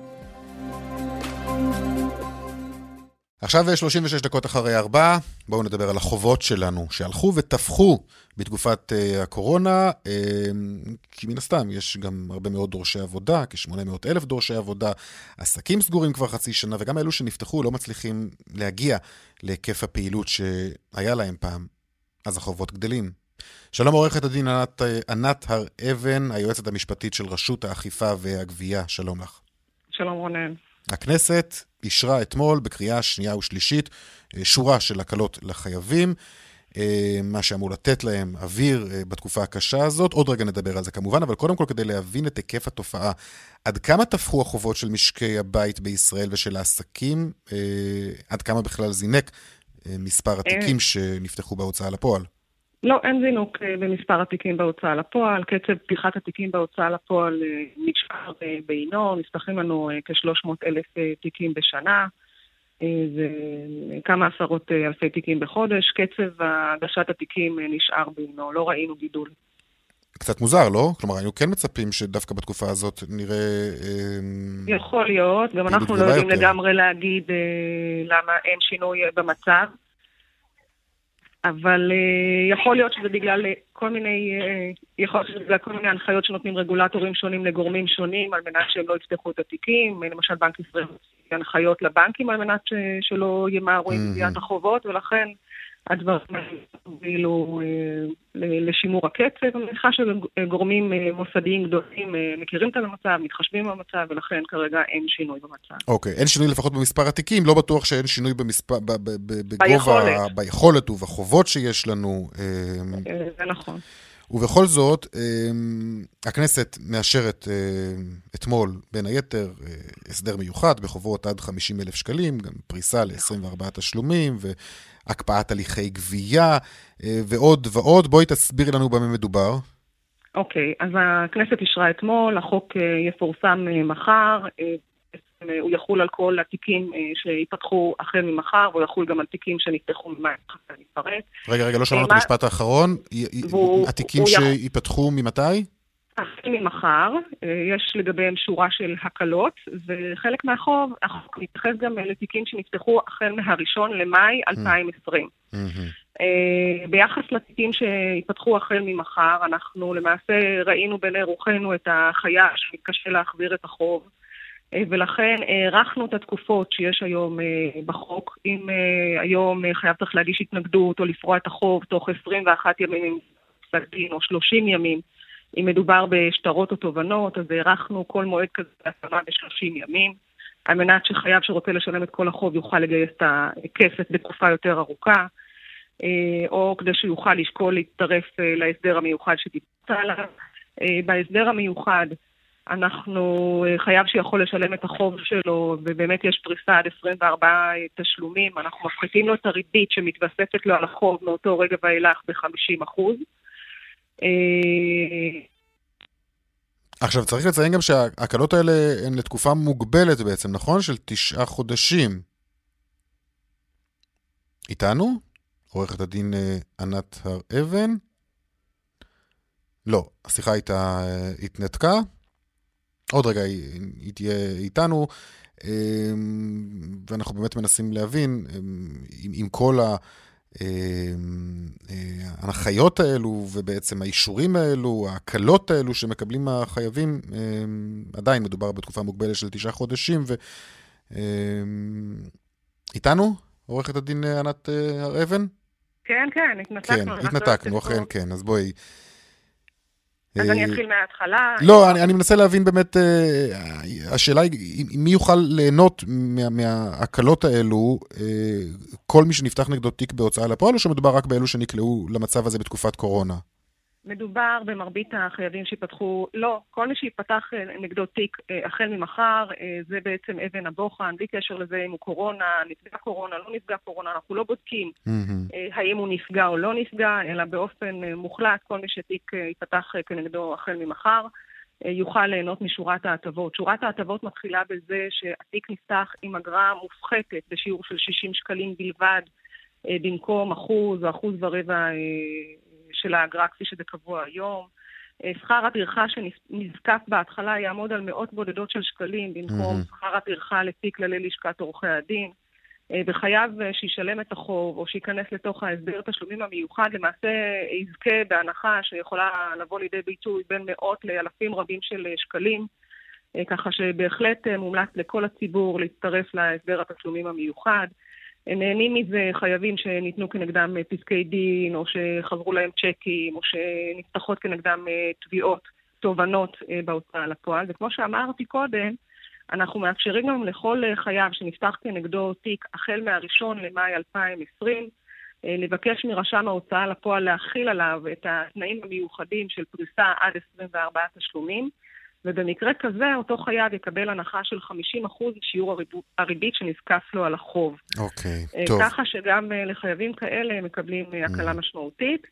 עכשיו 36 דקות אחרי 4, בואו נדבר על החובות שלנו שהלכו ותפחו בתקופת הקורונה, כי מן הסתם יש גם הרבה מאוד דורשי עבודה, כ-800,000 דורשי עבודה, עסקים סגורים כבר חצי שנה, וגם אלו שנפתחו לא מצליחים להגיע להיקף הפעילות שהיה להם פעם. אז החובות גדלים. שלום עורכת הדין ענת הר-אבן, היועצת המשפטית של רשות האכיפה והגבייה. שלום לך. שלום רונן. הכנסת אישרה אתמול בקריאה שנייה ושלישית שורה של הקלות לחייבים, מה שאמור לתת להם אוויר בתקופה הקשה הזאת. עוד רגע נדבר על זה כמובן, אבל קודם כל כדי להבין את היקף התופעה, עד כמה תפחו החובות של משקי הבית בישראל ושל העסקים, עד כמה בכלל זינק מספר התיקים שנפתחו בהוצאה לפועל? לא, אין זינוק במספר התיקים בהוצאה לפועל. קצב פתיחת התיקים בהוצאה לפועל נשאר בעינו, נפתחים לנו כ-300,000 תיקים בשנה, זה כמה עשרות אלפי תיקים בחודש. קצב הגשת התיקים נשאר בעינו, לא ראינו גידול. קצת מוזר, לא? כלומר, היינו כן מצפים שדווקא בתקופה הזאת נראה... יכול להיות, גם אנחנו לא יודעים לגמרי להגיד למה אין שינוי במצב. אבל יכול להיות שזה בגלל כל מיני הנחיות שנותנים רגולטורים שונים לגורמים שונים על מנת שהם לא יפתחו את התיקים. למשל בנק ישראל הנחיות לבנקים על מנת שלא ימהרו עם גביית החובות, ולכן הדברים הובילו לשימור הקצב. אני מניחה שגורמים מוסדיים גדולים מכירים את המצב, מתחשבים במצב, ולכן כרגע אין שינוי במצב. אוקיי, אין שינוי לפחות במספר התיקים, לא בטוח שאין שינוי בגובה, ביכולת ובחובות שיש לנו. זה נכון. ובכל זאת, הכנסת מאשרת אתמול, בין היתר, הסדר מיוחד בחובות עד 50,000 שקלים, גם פריסה ל-24 תשלומים, והקפאת הליכי גבייה, ועוד ועוד. בואי תסבירי לנו במה מדובר. אוקיי, אז הכנסת אישרה אתמול, החוק יפורסם מחר, הוא יחול על כל התיקים שיפתחו החל ממחר, והוא יחול גם על תיקים שנפתחו ממאי. רגע, לא שמענו את המשפט האחרון. התיקים שיפתחו ממתי? החל ממחר, יש לגביהם שורה של הקלות, וחלק מהחוק מתייחס גם לתיקים שנפתחו החל מהראשון למאי 2020. ביחס לתיקים שיפתחו החל ממחר, אנחנו למעשה ראינו בעיני רוחנו את החייב שמתקשה להחזיר את החוב, ולכן הערכנו את התקופות שיש היום בחוק. אם היום חייב צריך להגיש התנגדות או לפרוע את החוב תוך 21 ימים פסק דין או 30 ימים, אם מדובר בשטרות או תובנות, אז הערכנו כל מועד כזה בהשמה ב-30 ימים, על מנת שחייב שרוצה לשלם את כל החוב יוכל לגייס את הכסף בתקופה יותר ארוכה, או כדי שיוכל לשקול להצטרף להסדר המיוחד שדיברת עליו. בהסדר המיוחד אנחנו חייב שיכול לשלם את החוב שלו, ובאמת יש פריסה עד 24 תשלומים, אנחנו מפחיתים לו את הריבית שמתווספת לו על החוב מאותו רגע ואילך ב-50%. עכשיו צריך לציין גם שההקלות האלה הן לתקופה מוגבלת בעצם, נכון? של 9 חודשים. איתנו? עורכת הדין ענת הר-אבן? לא, השיחה הייתה התנתקה. עוד רגע היא תהיה איתנו, ואנחנו באמת מנסים להבין עם כל ההנחיות האלו ובעצם האישורים האלו, ההקלות האלו שמקבלים החייבים, עדיין מדובר בתקופה מוגבלת של 9 חודשים. איתנו, עורכת הדין ענת הר-אבן? כן, התנתקנו. כן, התנתקנו, אכן, כן, אז בואי. אז אני אתחיל מההתחלה. לא, אני מנסה להבין באמת, השאלה היא, מי יוכל ליהנות מההקלות האלו, כל מי שנפתח נגדו תיק בהוצאה לפועל, או שמדובר רק באלו שנקלעו למצב הזה בתקופת קורונה? מדובר במרבית החייבים שיפתחו, לא, כל מי שיפתח נגדו תיק החל ממחר, זה בעצם אבן הבוחן, בלי קשר לזה אם הוא קורונה, נפגע קורונה, לא נפגע קורונה, אנחנו לא בודקים האם הוא נפגע או לא נפגע, אלא באופן מוחלט, כל מי שתיק יפתח כנגדו החל ממחר, יוכל ליהנות משורת ההטבות. שורת ההטבות מתחילה בזה שהתיק נפתח עם אגרה מופחתת בשיעור של 60 שקלים בלבד, במקום 1% או 1.25% של האגרה כפי שזה קבוע היום. שכר הטרחה שנזקף בהתחלה יעמוד על מאות בודדות של שקלים במקום שכר הטרחה לפי כללי לשכת עורכי הדין. וחייב שישלם את החוב או שייכנס לתוך ההסדר תשלומים המיוחד, למעשה יזכה בהנחה שיכולה לבוא לידי ביטוי בין מאות לאלפים רבים של שקלים, ככה שבהחלט מומלץ לכל הציבור להצטרף להסדר התשלומים המיוחד. נהנים מזה חייבים שניתנו כנגדם פסקי דין, או שחזרו להם צ'קים, או שנפתחות כנגדם תביעות, תובנות בהוצאה לפועל. וכמו שאמרתי קודם, אנחנו מאפשרים גם לכל חייב שנפתח כנגדו תיק החל מה-1 למאי 2020, לבקש מרשם ההוצאה לפועל להכיל עליו את התנאים המיוחדים של פריסה עד 24 תשלומים, ובמקרה כזה אותו חייב יקבל הנחה של 50% שיעור הריבית שנזקף לו על החוב. אוקיי, טוב. ככה שגם לחייבים כאלה מקבלים הקלה משמעותית.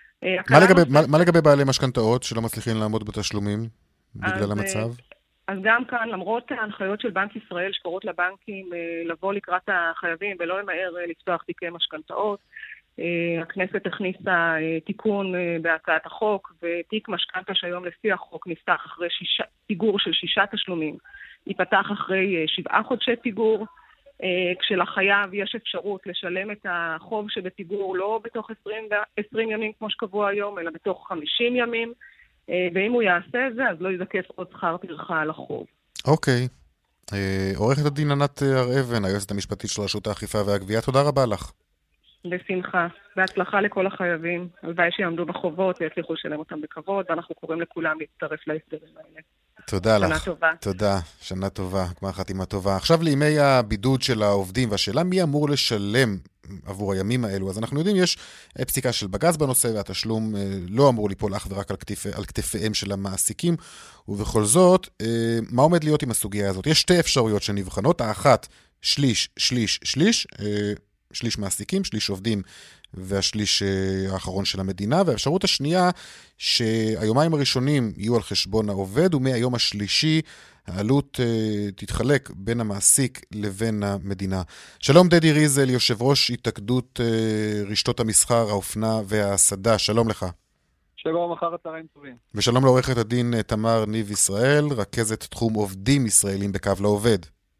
מה לגבי בעלי משכנתאות שלא מצליחים לעמוד בתשלומים בגלל המצב? אז גם כאן, למרות ההנחיות של בנק ישראל שקוראות לבנקים לבוא לקראת החייבים ולא למהר לפתוח תיקי משכנתאות, הכנסת הכניסה תיקון בהצעת החוק, ותיק משכנתה שהיום לפי החוק נפתח אחרי פיגור של 6 תשלומים, ייפתח אחרי 7 חודשי פיגור, כשלחייב יש אפשרות לשלם את החוב שבפיגור לא בתוך 20 ימים כמו שקבוע היום, אלא בתוך 50 ימים, ואם הוא יעשה את זה, אז לא יזקף עוד שכר טרחה על החוב. אוקיי. עורכת הדין ענת הר-אבן, היועצת המשפטית של רשות האכיפה והגבייה, תודה רבה לך. בשמחה. בהצלחה לכל החייבים. הלוואי שיעמדו בחובות ויצליחו לשלם אותם בכבוד, ואנחנו קוראים לכולם להצטרף להסדרים האלה. תודה לך. שנה טובה. תודה, שנה טובה, גמר חתימה טובה. עכשיו לימי הבידוד של העובדים, והשאלה מי אמור לשלם עבור הימים האלו. אז אנחנו יודעים, יש פסיקה של בג"ץ בנושא, והתשלום לא אמור ליפול אך ורק על כתפיהם של המעסיקים, ובכל זאת, מה עומד להיות עם הסוגיה הזאת? יש 2 אפשרויות שנבחנות, האחת, שליש, שליש, שליש, שליש מעסיקים, שליש עובדים, והשליש האחרון של המדינה, והאפשרות השנייה, שהיומיים הראשונים יהיו על חשבון העובד, ומהיום השלישי העלות תתחלק בין המעסיק לבין המדינה. שלום דדי ריזל, יושב ראש התאגדות רשתות המסחר, האופנה וההסעדה, שלום לך. שלום, אחר הצהריים טובים. ושלום לעורכת הדין תמר ניב ישראל, רכזת תחום עובדים ישראלים בקו לעובד.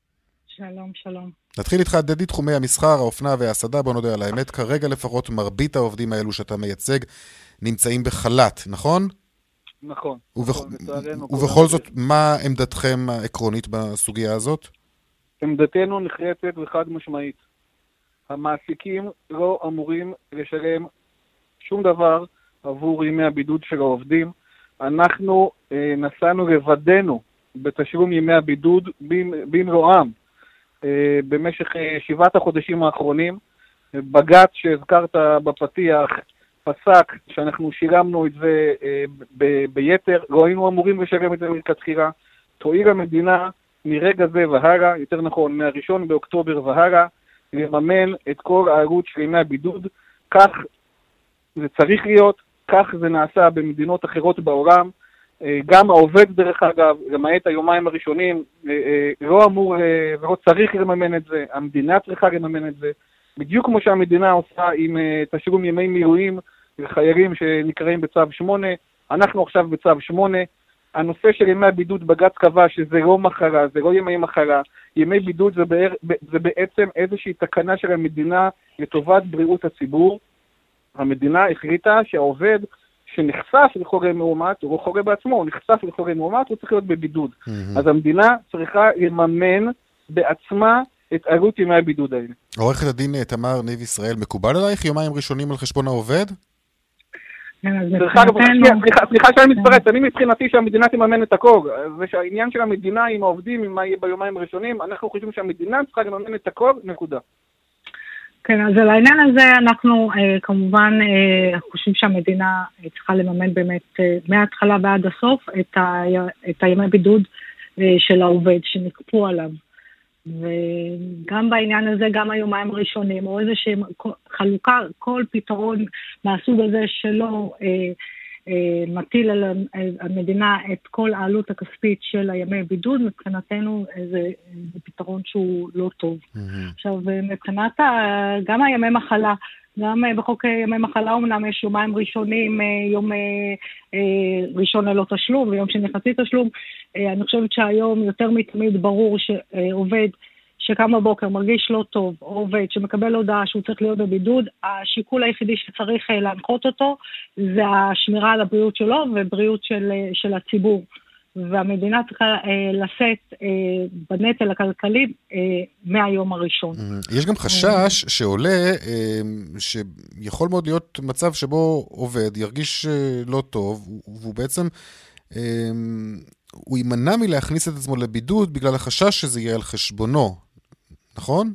שלום, שלום. נתחיל איתך, דדי, תחומי המסחר, האופנה וההסעדה, בוא נודה על האמת, כרגע לפחות מרבית העובדים האלו שאתה מייצג נמצאים בחל"ת, נכון? נכון. ובכל זאת, מה עמדתכם העקרונית בסוגיה הזאת? עמדתנו נחרצת וחד משמעית. המעסיקים לא אמורים לשלם שום דבר עבור ימי הבידוד של העובדים. אנחנו נסענו לבדנו בתשלום ימי הבידוד במלואם במשך 7 החודשים האחרונים. בג"ץ שהזכרת בפתיח פסק שאנחנו שילמנו את זה ביתר, לא היינו אמורים לשלם את זה מלכתחילה. תואיל המדינה מרגע זה והלאה, יותר נכון, מה-1 באוקטובר והלאה, לממן את כל העלות של ימי הבידוד. כך זה צריך להיות, כך זה נעשה במדינות אחרות בעולם. גם העובד דרך אגב, למעט היומיים הראשונים, לא אמור ולא צריך לממן את זה, המדינה צריכה לממן את זה, בדיוק כמו שהמדינה עושה עם תשלום ימי מילואים לחיילים שנקראים בצו 8, אנחנו עכשיו בצו 8, הנושא של ימי הבידוד, בג"ץ קבע שזה לא מחלה, זה לא ימי מחלה. ימי בידוד זה בעצם איזושהי תקנה של המדינה לטובת בריאות הציבור. המדינה החליטה שהעובד שנחשף לחולה מאומת, הוא לא חולה בעצמו, הוא נחשף לחולה מאומת, הוא צריך להיות בבידוד. אז המדינה צריכה לממן בעצמה את עלות ימי הבידוד האלה. עורכת הדין תמר ניב ישראל, מקובל עלייך יומיים ראשונים על חשבון העובד? סליחה שאני מתפרץ, אני מבחינתי שהמדינה תממן את הכל, ושהעניין של המדינה עם העובדים, עם מה יהיה ביומיים הראשונים, אנחנו חושבים שהמדינה צריכה לממן את הכל, נקודה. כן, אז על העניין הזה אנחנו כמובן חושבים שהמדינה צריכה לממן באמת מההתחלה ועד הסוף את הימי בידוד של העובד שנקפו עליו. וגם בעניין הזה, גם היומיים הראשונים, או איזושהי חלוקה, כל פתרון מהסוג הזה שלא מטיל על המדינה את כל העלות הכספית של הימי בידוד, מבחינתנו זה פתרון שהוא לא טוב. עכשיו, מבחינת גם הימי מחלה, גם בחוק ימי מחלה אומנם יש יומיים ראשונים, יום ראשון ללא תשלום ויום שני חצי תשלום. אני חושבת שהיום יותר מתמיד ברור שעובד שקם בבוקר מרגיש לא טוב, או עובד שמקבל הודעה שהוא צריך להיות בבידוד, השיקול היחידי שצריך להנחות אותו זה השמירה על הבריאות שלו ובריאות של הציבור. והמדינה צריכה לשאת בנטל הכלכלי מהיום הראשון. יש גם חשש שעולה שיכול מאוד להיות מצב שבו עובד ירגיש לא טוב, והוא בעצם הוא יימנע מלהכניס את עצמו לבידוד בגלל החשש שזה יהיה על חשבונו, נכון?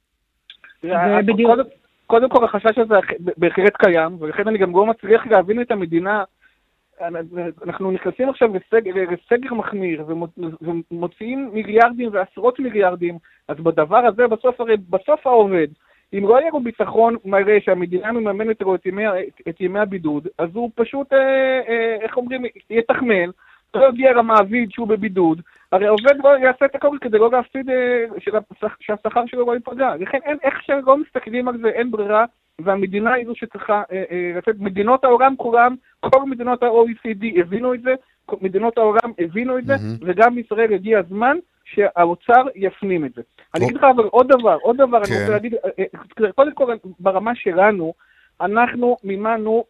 קודם כל החשש הזה בהחלט קיים, ולכן אני גם לא מצליח להבין את המדינה. אנחנו נכנסים עכשיו לסגר מחמיר ומוציאים מיליארדים ועשרות מיליארדים, אז בדבר הזה בסוף העובד, אם לא יהיה לו ביטחון מראה שהמדינה מממנת לו את ימי הבידוד, אז הוא פשוט, איך אומרים, יתחמל, לא יגיע למעביד שהוא בבידוד, הרי העובד לא יעשה את הכל כדי לא להפסיד שהשכר שלו לא ייפגע. לכן איך שלא מסתכלים על זה, אין ברירה, והמדינה היא זו שצריכה לתת, מדינות העולם כולם, כל מדינות ה-OECD הבינו את זה, מדינות העולם הבינו את זה, וגם ישראל הגיע הזמן שהאוצר יפנים את זה. אני אגיד לך אבל עוד דבר, אני רוצה להגיד, קודם כל ברמה שלנו, אנחנו מימנו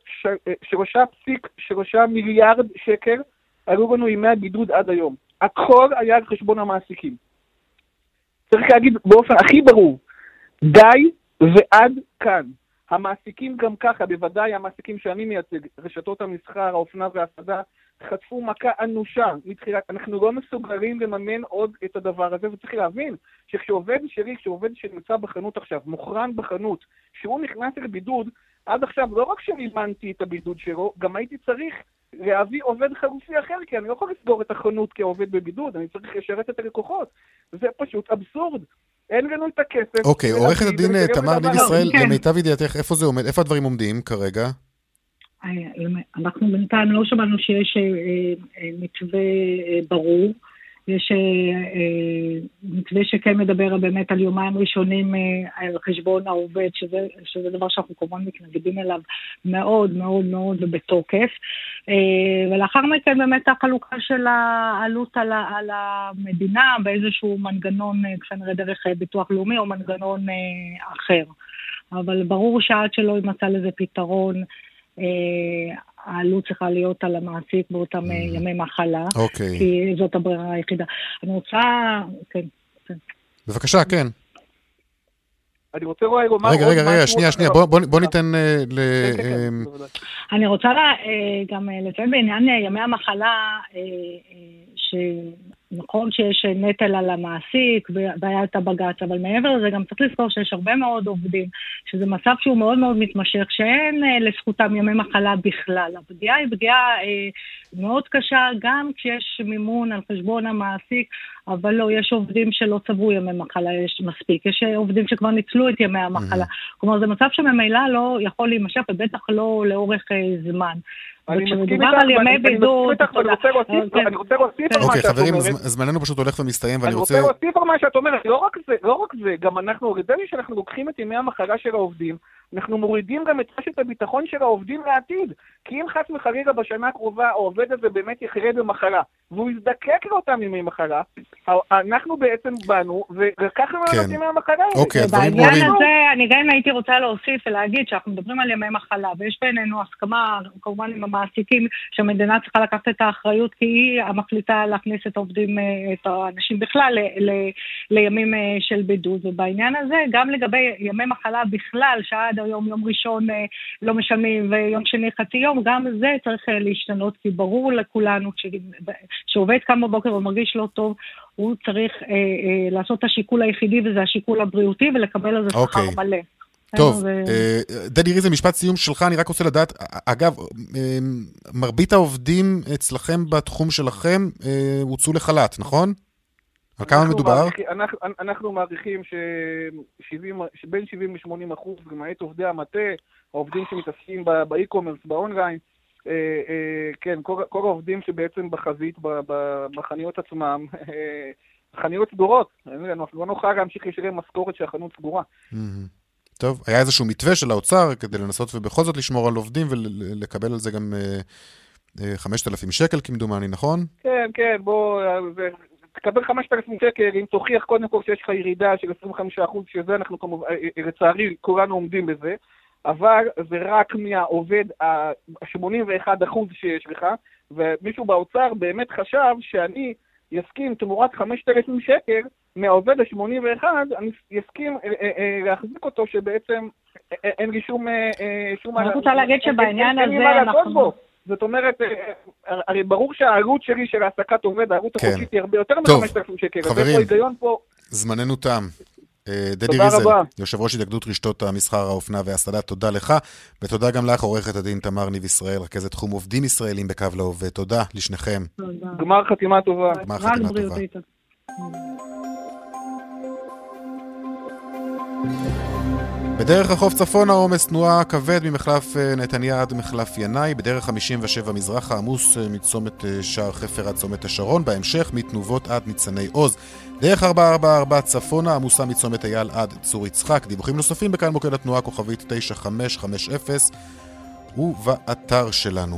3.3 מיליארד שקל, עלו לנו ימי הבידוד עד היום. הכל היה על חשבון המעסיקים. צריך להגיד באופן הכי ברור, די ועד כאן. המעסיקים גם ככה, בוודאי המעסיקים שאני מייצג, רשתות המסחר, האופנה וההסעדה, חטפו מכה אנושה מתחילת. אנחנו לא מסוגלים לממן עוד את הדבר הזה, וצריך להבין שכשעובד שלי, כשעובד שנמצא בחנות עכשיו, מוכרן בחנות, שהוא נכנס לבידוד, עד עכשיו לא רק שמימנתי את הבידוד שלו, גם הייתי צריך להביא עובד חלופי אחר, כי אני לא יכול לסגור את החנות כעובד בבידוד, אני צריך לשרת את הלקוחות. זה פשוט אבסורד. אין לנו את הכסף. אוקיי, עורכת הדין תמר ניב ישראל, למיטב ידיעתך, איפה זה עומד? איפה הדברים עומדים כרגע? אנחנו בינתיים לא שמענו שיש מתווה ברור, יש מתווה שכן מדבר באמת על יומיים ראשונים על חשבון העובד, שזה דבר שאנחנו כמובן מתנגדים אליו מאוד מאוד מאוד ובתוקף, ולאחר מכן באמת החלוקה של העלות על המדינה באיזשהו מנגנון, כנראה דרך ביטוח לאומי או מנגנון אחר. אבל ברור שעד שלא ימצא לזה פתרון, העלות צריכה להיות על המעסיק באותם ימי מחלה, כי זאת הברירה היחידה. אני רוצה... כן. בבקשה, כן. אני רוצה לומר... רגע, שנייה, בוא ניתן ל... אני רוצה גם לציין בעניין ימי המחלה, שנכון שיש נטל על המעסיק, והיה את הבג"ץ, אבל מעבר לזה גם צריך לזכור שיש הרבה מאוד עובדים, שזה מצב שהוא מאוד מאוד מתמשך, שאין לזכותם ימי מחלה בכלל. הפגיעה היא פגיעה מאוד קשה, גם כשיש מימון על חשבון המעסיק, אבל לא, יש עובדים שלא צברו ימי מחלה, יש מספיק. יש עובדים שכבר ניצלו את ימי המחלה. כלומר, זה מצב שממילא לא יכול להימשך, ובטח לא לאורך זמן. וכשמדובר על ימי בידוד... אני רוצה להוסיף על מה אוקיי, שאת חברים, אומרת. זמננו פשוט הולך ומסתיים, ואני רוצה... אני רוצה להוסיף על מה שאת אומרת. לא רק זה, גם אנחנו, לדעתי שאנחנו לוקחים את ימי המחלה של העובדים, אנחנו מורידים גם את רשת הביטחון של העובדים לעתיד. כי אם חס וחלילה בשנה הקרובה העובד הזה באמת יחרה במחלה, והוא יזדקק לאותם ימי מחלה, אנחנו בעצם באנו ולקחנו את ימי המחלה. בעניין הזה אני גם הייתי רוצה להוסיף ולהגיד שאנחנו מדברים על ימי מחלה, ויש בינינו הסכמה כמובן עם המעסיקים שהמדינה צריכה לקחת את האחריות, כי היא המחליטה להכניס את העובדים, את האנשים בכלל לימים של בידוד. ובעניין הזה גם לגבי ימי מחלה בכלל, שעד היום יום ראשון לא משלמים ויום שני חצי יום, גם זה צריך להשתנות, כי ברור לכולנו שעובד קם בבוקר ומרגיש לא טוב, הוא צריך לעשות את השיקול היחידי, וזה השיקול הבריאותי, ולקבל על זה שכר מלא. טוב, דדי ריזל, משפט סיום שלך, אני רק רוצה לדעת, אגב, מרבית העובדים אצלכם בתחום שלכם הוצאו לחל"ת, נכון? על כמה מדובר? אנחנו מעריכים שבין 70-80%, למעט עובדי המטה, העובדים שמתעסקים באי-קומרס, באונליין, כן, כל העובדים שבעצם בחזית, בחנויות עצמם, חנויות סגורות. אנחנו לא נוכל להמשיך לשלם משכורת שהחנות סגורה. טוב, היה איזשהו מתווה של האוצר כדי לנסות ובכל זאת לשמור על עובדים ולקבל על זה גם 5,000 שקל כמדומני, נכון? כן, כן, בוא, תקבל 5,000 שקל אם תוכיח קודם כל שיש לך ירידה של 25%, שזה אנחנו כמובן, לצערי כולנו עומדים בזה, אבל זה רק מהעובד ה-81% שיש לך, ומישהו באוצר באמת חשב שאני יסכים תמורת 5,000 שקל מהעובד ה-81, אני יסכים להחזיק אותו שבעצם אין לי שום... אני רוצה להגיד שבעניין הזה אנחנו... זאת אומרת, הרי ברור שהעלות שלי של העסקת עובד, העלות החודשית היא הרבה יותר מ-5,000 שקל. חברים, זמננו תם. דדי ריזל, יושב ראש התאגדות רשתות המסחר, האופנה והסעדה, תודה לך, ותודה גם לך, עורכת הדין תמר ניב ישראל, רכזת תחום עובדים ישראלים בקו לעובד. תודה לשניכם. גמר חתימה טובה. גמר חתימה טובה. בדרך החוף צפון העומס תנועה כבד ממחלף נתניה עד מחלף ינאי, בדרך 57 מזרח העמוס מצומת שער חפר עד צומת השרון, בהמשך מתנובות עד ניצני עוז. דרך 444 צפונה עמוסה מצומת אייל עד צור יצחק. דיווחים נוספים בכאן מוקד התנועה כוכבית 9550 ובאתר שלנו.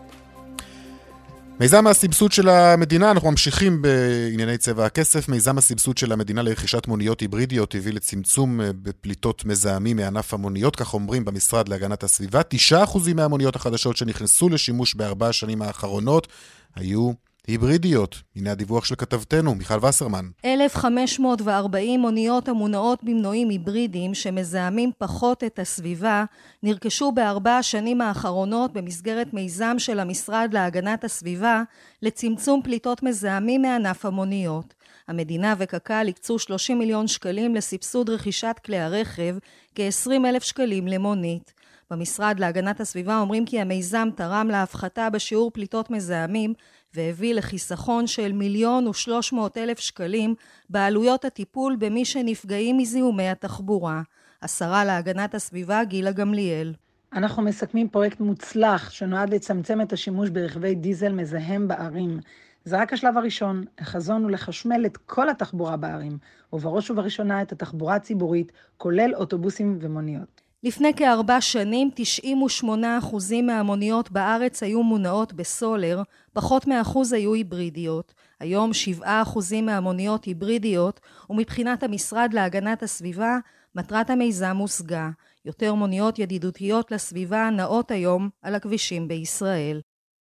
מיזם הסבסוד של המדינה, אנחנו ממשיכים בענייני צבע הכסף. מיזם הסבסוד של המדינה לרכישת מוניות היברידיות הביא לצמצום בפליטות מזהמים מענף המוניות, כך אומרים במשרד להגנת הסביבה. 9% מהמוניות החדשות שנכנסו לשימוש ב4 השנים האחרונות היו היברידיות. הנה הדיווח של כתבתנו, מיכל וסרמן. 1,540 מוניות המונעות במנועים היברידיים שמזהמים פחות את הסביבה, נרכשו ב4 השנים האחרונות במסגרת מיזם של המשרד להגנת הסביבה לצמצום פליטות מזהמים מענף המוניות. המדינה וקק"ל הקצו 30 מיליון שקלים לסבסוד רכישת כלי הרכב, כ-20,000 שקלים למונית. במשרד להגנת הסביבה אומרים כי המיזם תרם להפחתה בשיעור פליטות מזהמים, והביא לחיסכון של 1,300,000 שקלים בעלויות הטיפול במי שנפגעים מזיהומי התחבורה. השרה להגנת הסביבה גילה גמליאל. אנחנו מסכמים פרויקט מוצלח שנועד לצמצם את השימוש ברכבי דיזל מזהם בערים. זה רק השלב הראשון. החזון הוא לחשמל את כל התחבורה בערים, ובראש ובראשונה את התחבורה הציבורית, כולל אוטובוסים ומוניות. לפני כ4 שנים, 98% מהמוניות בארץ היו מונעות בסולר, פחות מ1% היו היברידיות. היום 7% מהמוניות היברידיות, ומבחינת המשרד להגנת הסביבה, מטרת המיזם הושגה. יותר מוניות ידידותיות לסביבה נעות היום על הכבישים בישראל.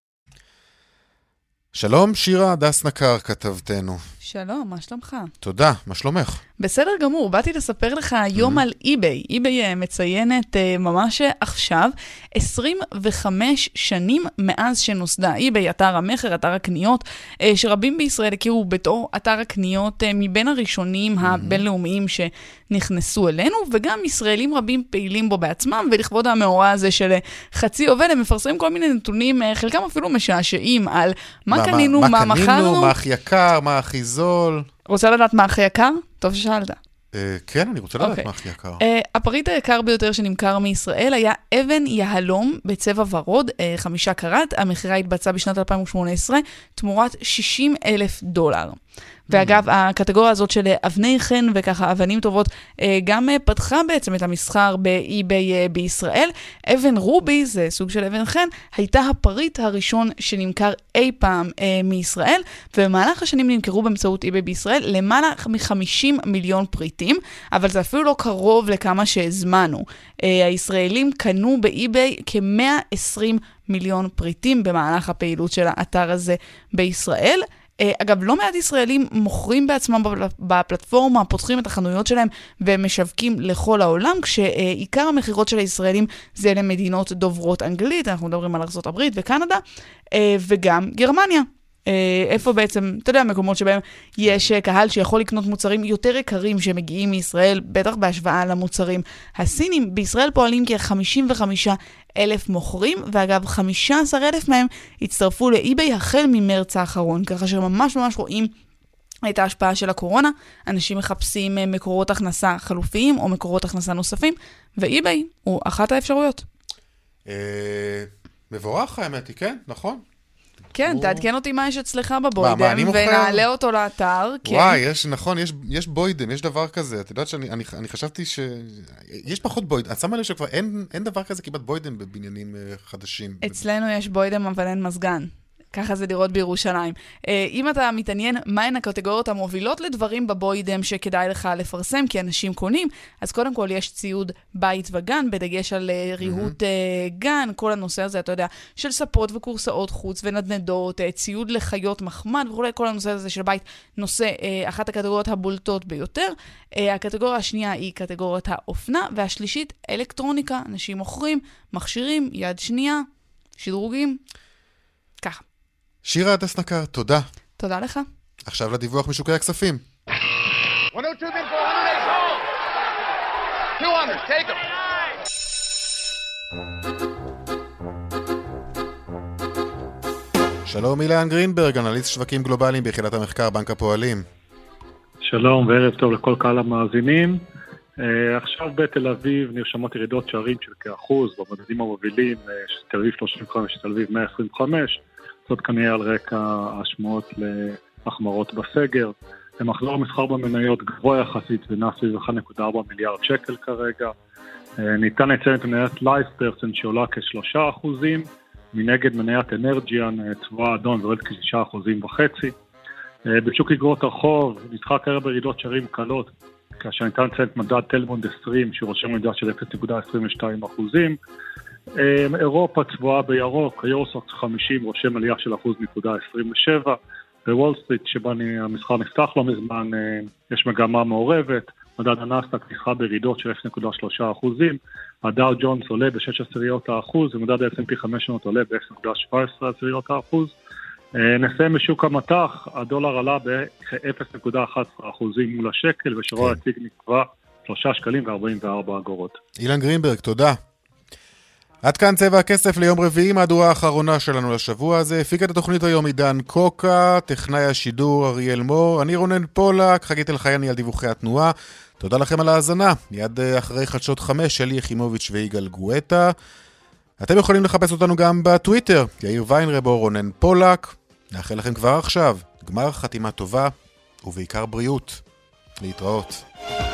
שלום, שירה דס נקר כתבתנו. שלום, מה שלומך? תודה, מה שלומך? בסדר גמור, באתי לספר לך היום על eBay. eBay מציינת ממש עכשיו 25 שנים מאז שנוסדה. eBay, אתר המחר, אתר הקניות, שרבים בישראל הכירו בתור אתר הקניות מבין הראשונים הבינלאומיים שנכנסו אלינו, וגם ישראלים רבים פעילים בו בעצמם, ולכבוד המאורע הזה של חצי עובד, הם מפרסמים כל מיני נתונים, חלקם אפילו משעשעים על מה קנינו, מה מכרנו. מה הכי יקר, מה הכי זול. רוצה לדעת מה הכי יקר? טוב ששאלת. כן, אני רוצה לדעת מה הכי יקר. הפריט היקר ביותר שנמכר מישראל היה אבן יהלום בצבע ורוד, 5 קראט. המחירה התבצעה בשנת 2018 תמורת $60,000. ואגב, הקטגוריה הזאת של אבני חן וככה אבנים טובות, גם פתחה בעצם את המסחר באי-ביי בישראל. אבן רובי, זה סוג של אבן חן, הייתה הפריט הראשון שנמכר אי פעם מישראל, ובמהלך השנים נמכרו באמצעות אי-ביי בישראל למעלה מ-50 מיליון פריטים, אבל זה אפילו לא קרוב לכמה שהזמנו. הישראלים קנו באי-ביי כ-120 מיליון פריטים במהלך הפעילות של האתר הזה בישראל. אגב, לא מעט ישראלים מוכרים בעצמם בפלטפורמה, פותחים את החנויות שלהם ומשווקים לכל העולם, כשעיקר המחירות של הישראלים זה למדינות דוברות אנגלית, אנחנו מדברים על ארצות הברית וקנדה, וגם גרמניה. איפה בעצם, אתה יודע, מקומות שבהם יש קהל שיכול לקנות מוצרים יותר יקרים שמגיעים מישראל, בטח בהשוואה למוצרים הסינים. בישראל פועלים כ-55,000 מוכרים, ואגב 15,000 מהם הצטרפו לאי-ביי החל ממרץ האחרון, ככה שממש ממש רואים את ההשפעה של הקורונה. אנשים מחפשים מקורות הכנסה חלופיים או מקורות הכנסה נוספים, ואי-ביי הוא אחת האפשרויות. מבורך האמת היא, כן, נכון? כן, תעדכן אותי מה יש אצלך בבוידם, ונעלה אותו לאתר. וואי, נכון, יש בוידם, יש דבר כזה. את יודעת שאני חשבתי יש פחות בוידם. את שמה לב שכבר אין דבר כזה כמעט בוידם בבניינים חדשים. אצלנו יש בוידם, אבל אין מזגן. ככה זה דירות בירושלים. אם אתה מתעניין מהן הקטגוריות המובילות לדברים בבוידם שכדאי לך לפרסם, כי אנשים קונים, אז קודם כל יש ציוד בית וגן, בדגש על ריהוט גן, כל הנושא הזה, אתה יודע, של ספות וקורסאות חוץ ונדנדות, ציוד לחיות מחמד וכו', כל הנושא הזה של בית, נושא אחת הקטגוריות הבולטות ביותר. הקטגוריה השנייה היא קטגוריית האופנה, והשלישית אלקטרוניקה, אנשים מוכרים, מכשירים, יד שנייה, שדרוגים, ככה. שירה דסנקר, תודה. תודה לך. עכשיו לדיווח משוקי הכספים. 102 bid for 100, 200, take them. שלום אילן גרינברג, אנליסט שווקים גלובליים ביחידת המחקר בנק הפועלים. שלום וערב טוב לכל קהל המאזינים. עכשיו בתל אביב נרשמות ירידות שערים של כאחוז במדדים המובילים, תל אביב 35, תל אביב 125, זאת כנראה על רקע השמועות להחמרות בסגר. המחזור המסחר במניות גבוה יחסית ונע סביב 1.4 מיליארד שקל כרגע. ניתן לציין את מניית לייפפרסן שעולה כ3%, מנגד מניית אנרג'יאן, צבוע אדום, ועוד כ6.5%. בשוק אגרות הרחוב נדחק הערב בירידות שערים קלות, כאשר ניתן לציין את מדד טלמונד 20 שרושם מדד של 0.22%. אירופה צבועה בירוק, היורוסטוקס 50 רושם עלייה של 1.27%. בוול סטריט שבה המסחר נפתח לא מזמן יש מגמה מעורבת, מדד הנסדק נסחר בירידות של 0.3%, הדאו ג'ונס עולה ב0.6%, ומדד ה-S&P 500 עולה ב0.17%. נסיים בשוק המטח, הדולר עלה ב-0.11% מול השקל, ושרוע הציג נקבע 3.44 שקלים. אילן גרינברג, תודה. עד כאן צבע הכסף ליום רביעי, מהדורה האחרונה שלנו לשבוע הזה. הפיקה את התוכנית היום עידן קוקה, טכנאי השידור אריאל מור, אני רונן פולק, חגית אלחייני על דיווחי התנועה. תודה לכם על ההאזנה. מיד אחרי חדשות 5, שלי יחימוביץ' ויגאל גואטה. אתם יכולים לחפש אותנו גם בטוויטר, יאיר ויינרב או רונן פולק. נאחל לכם כבר עכשיו גמר חתימה טובה ובעיקר בריאות. להתראות.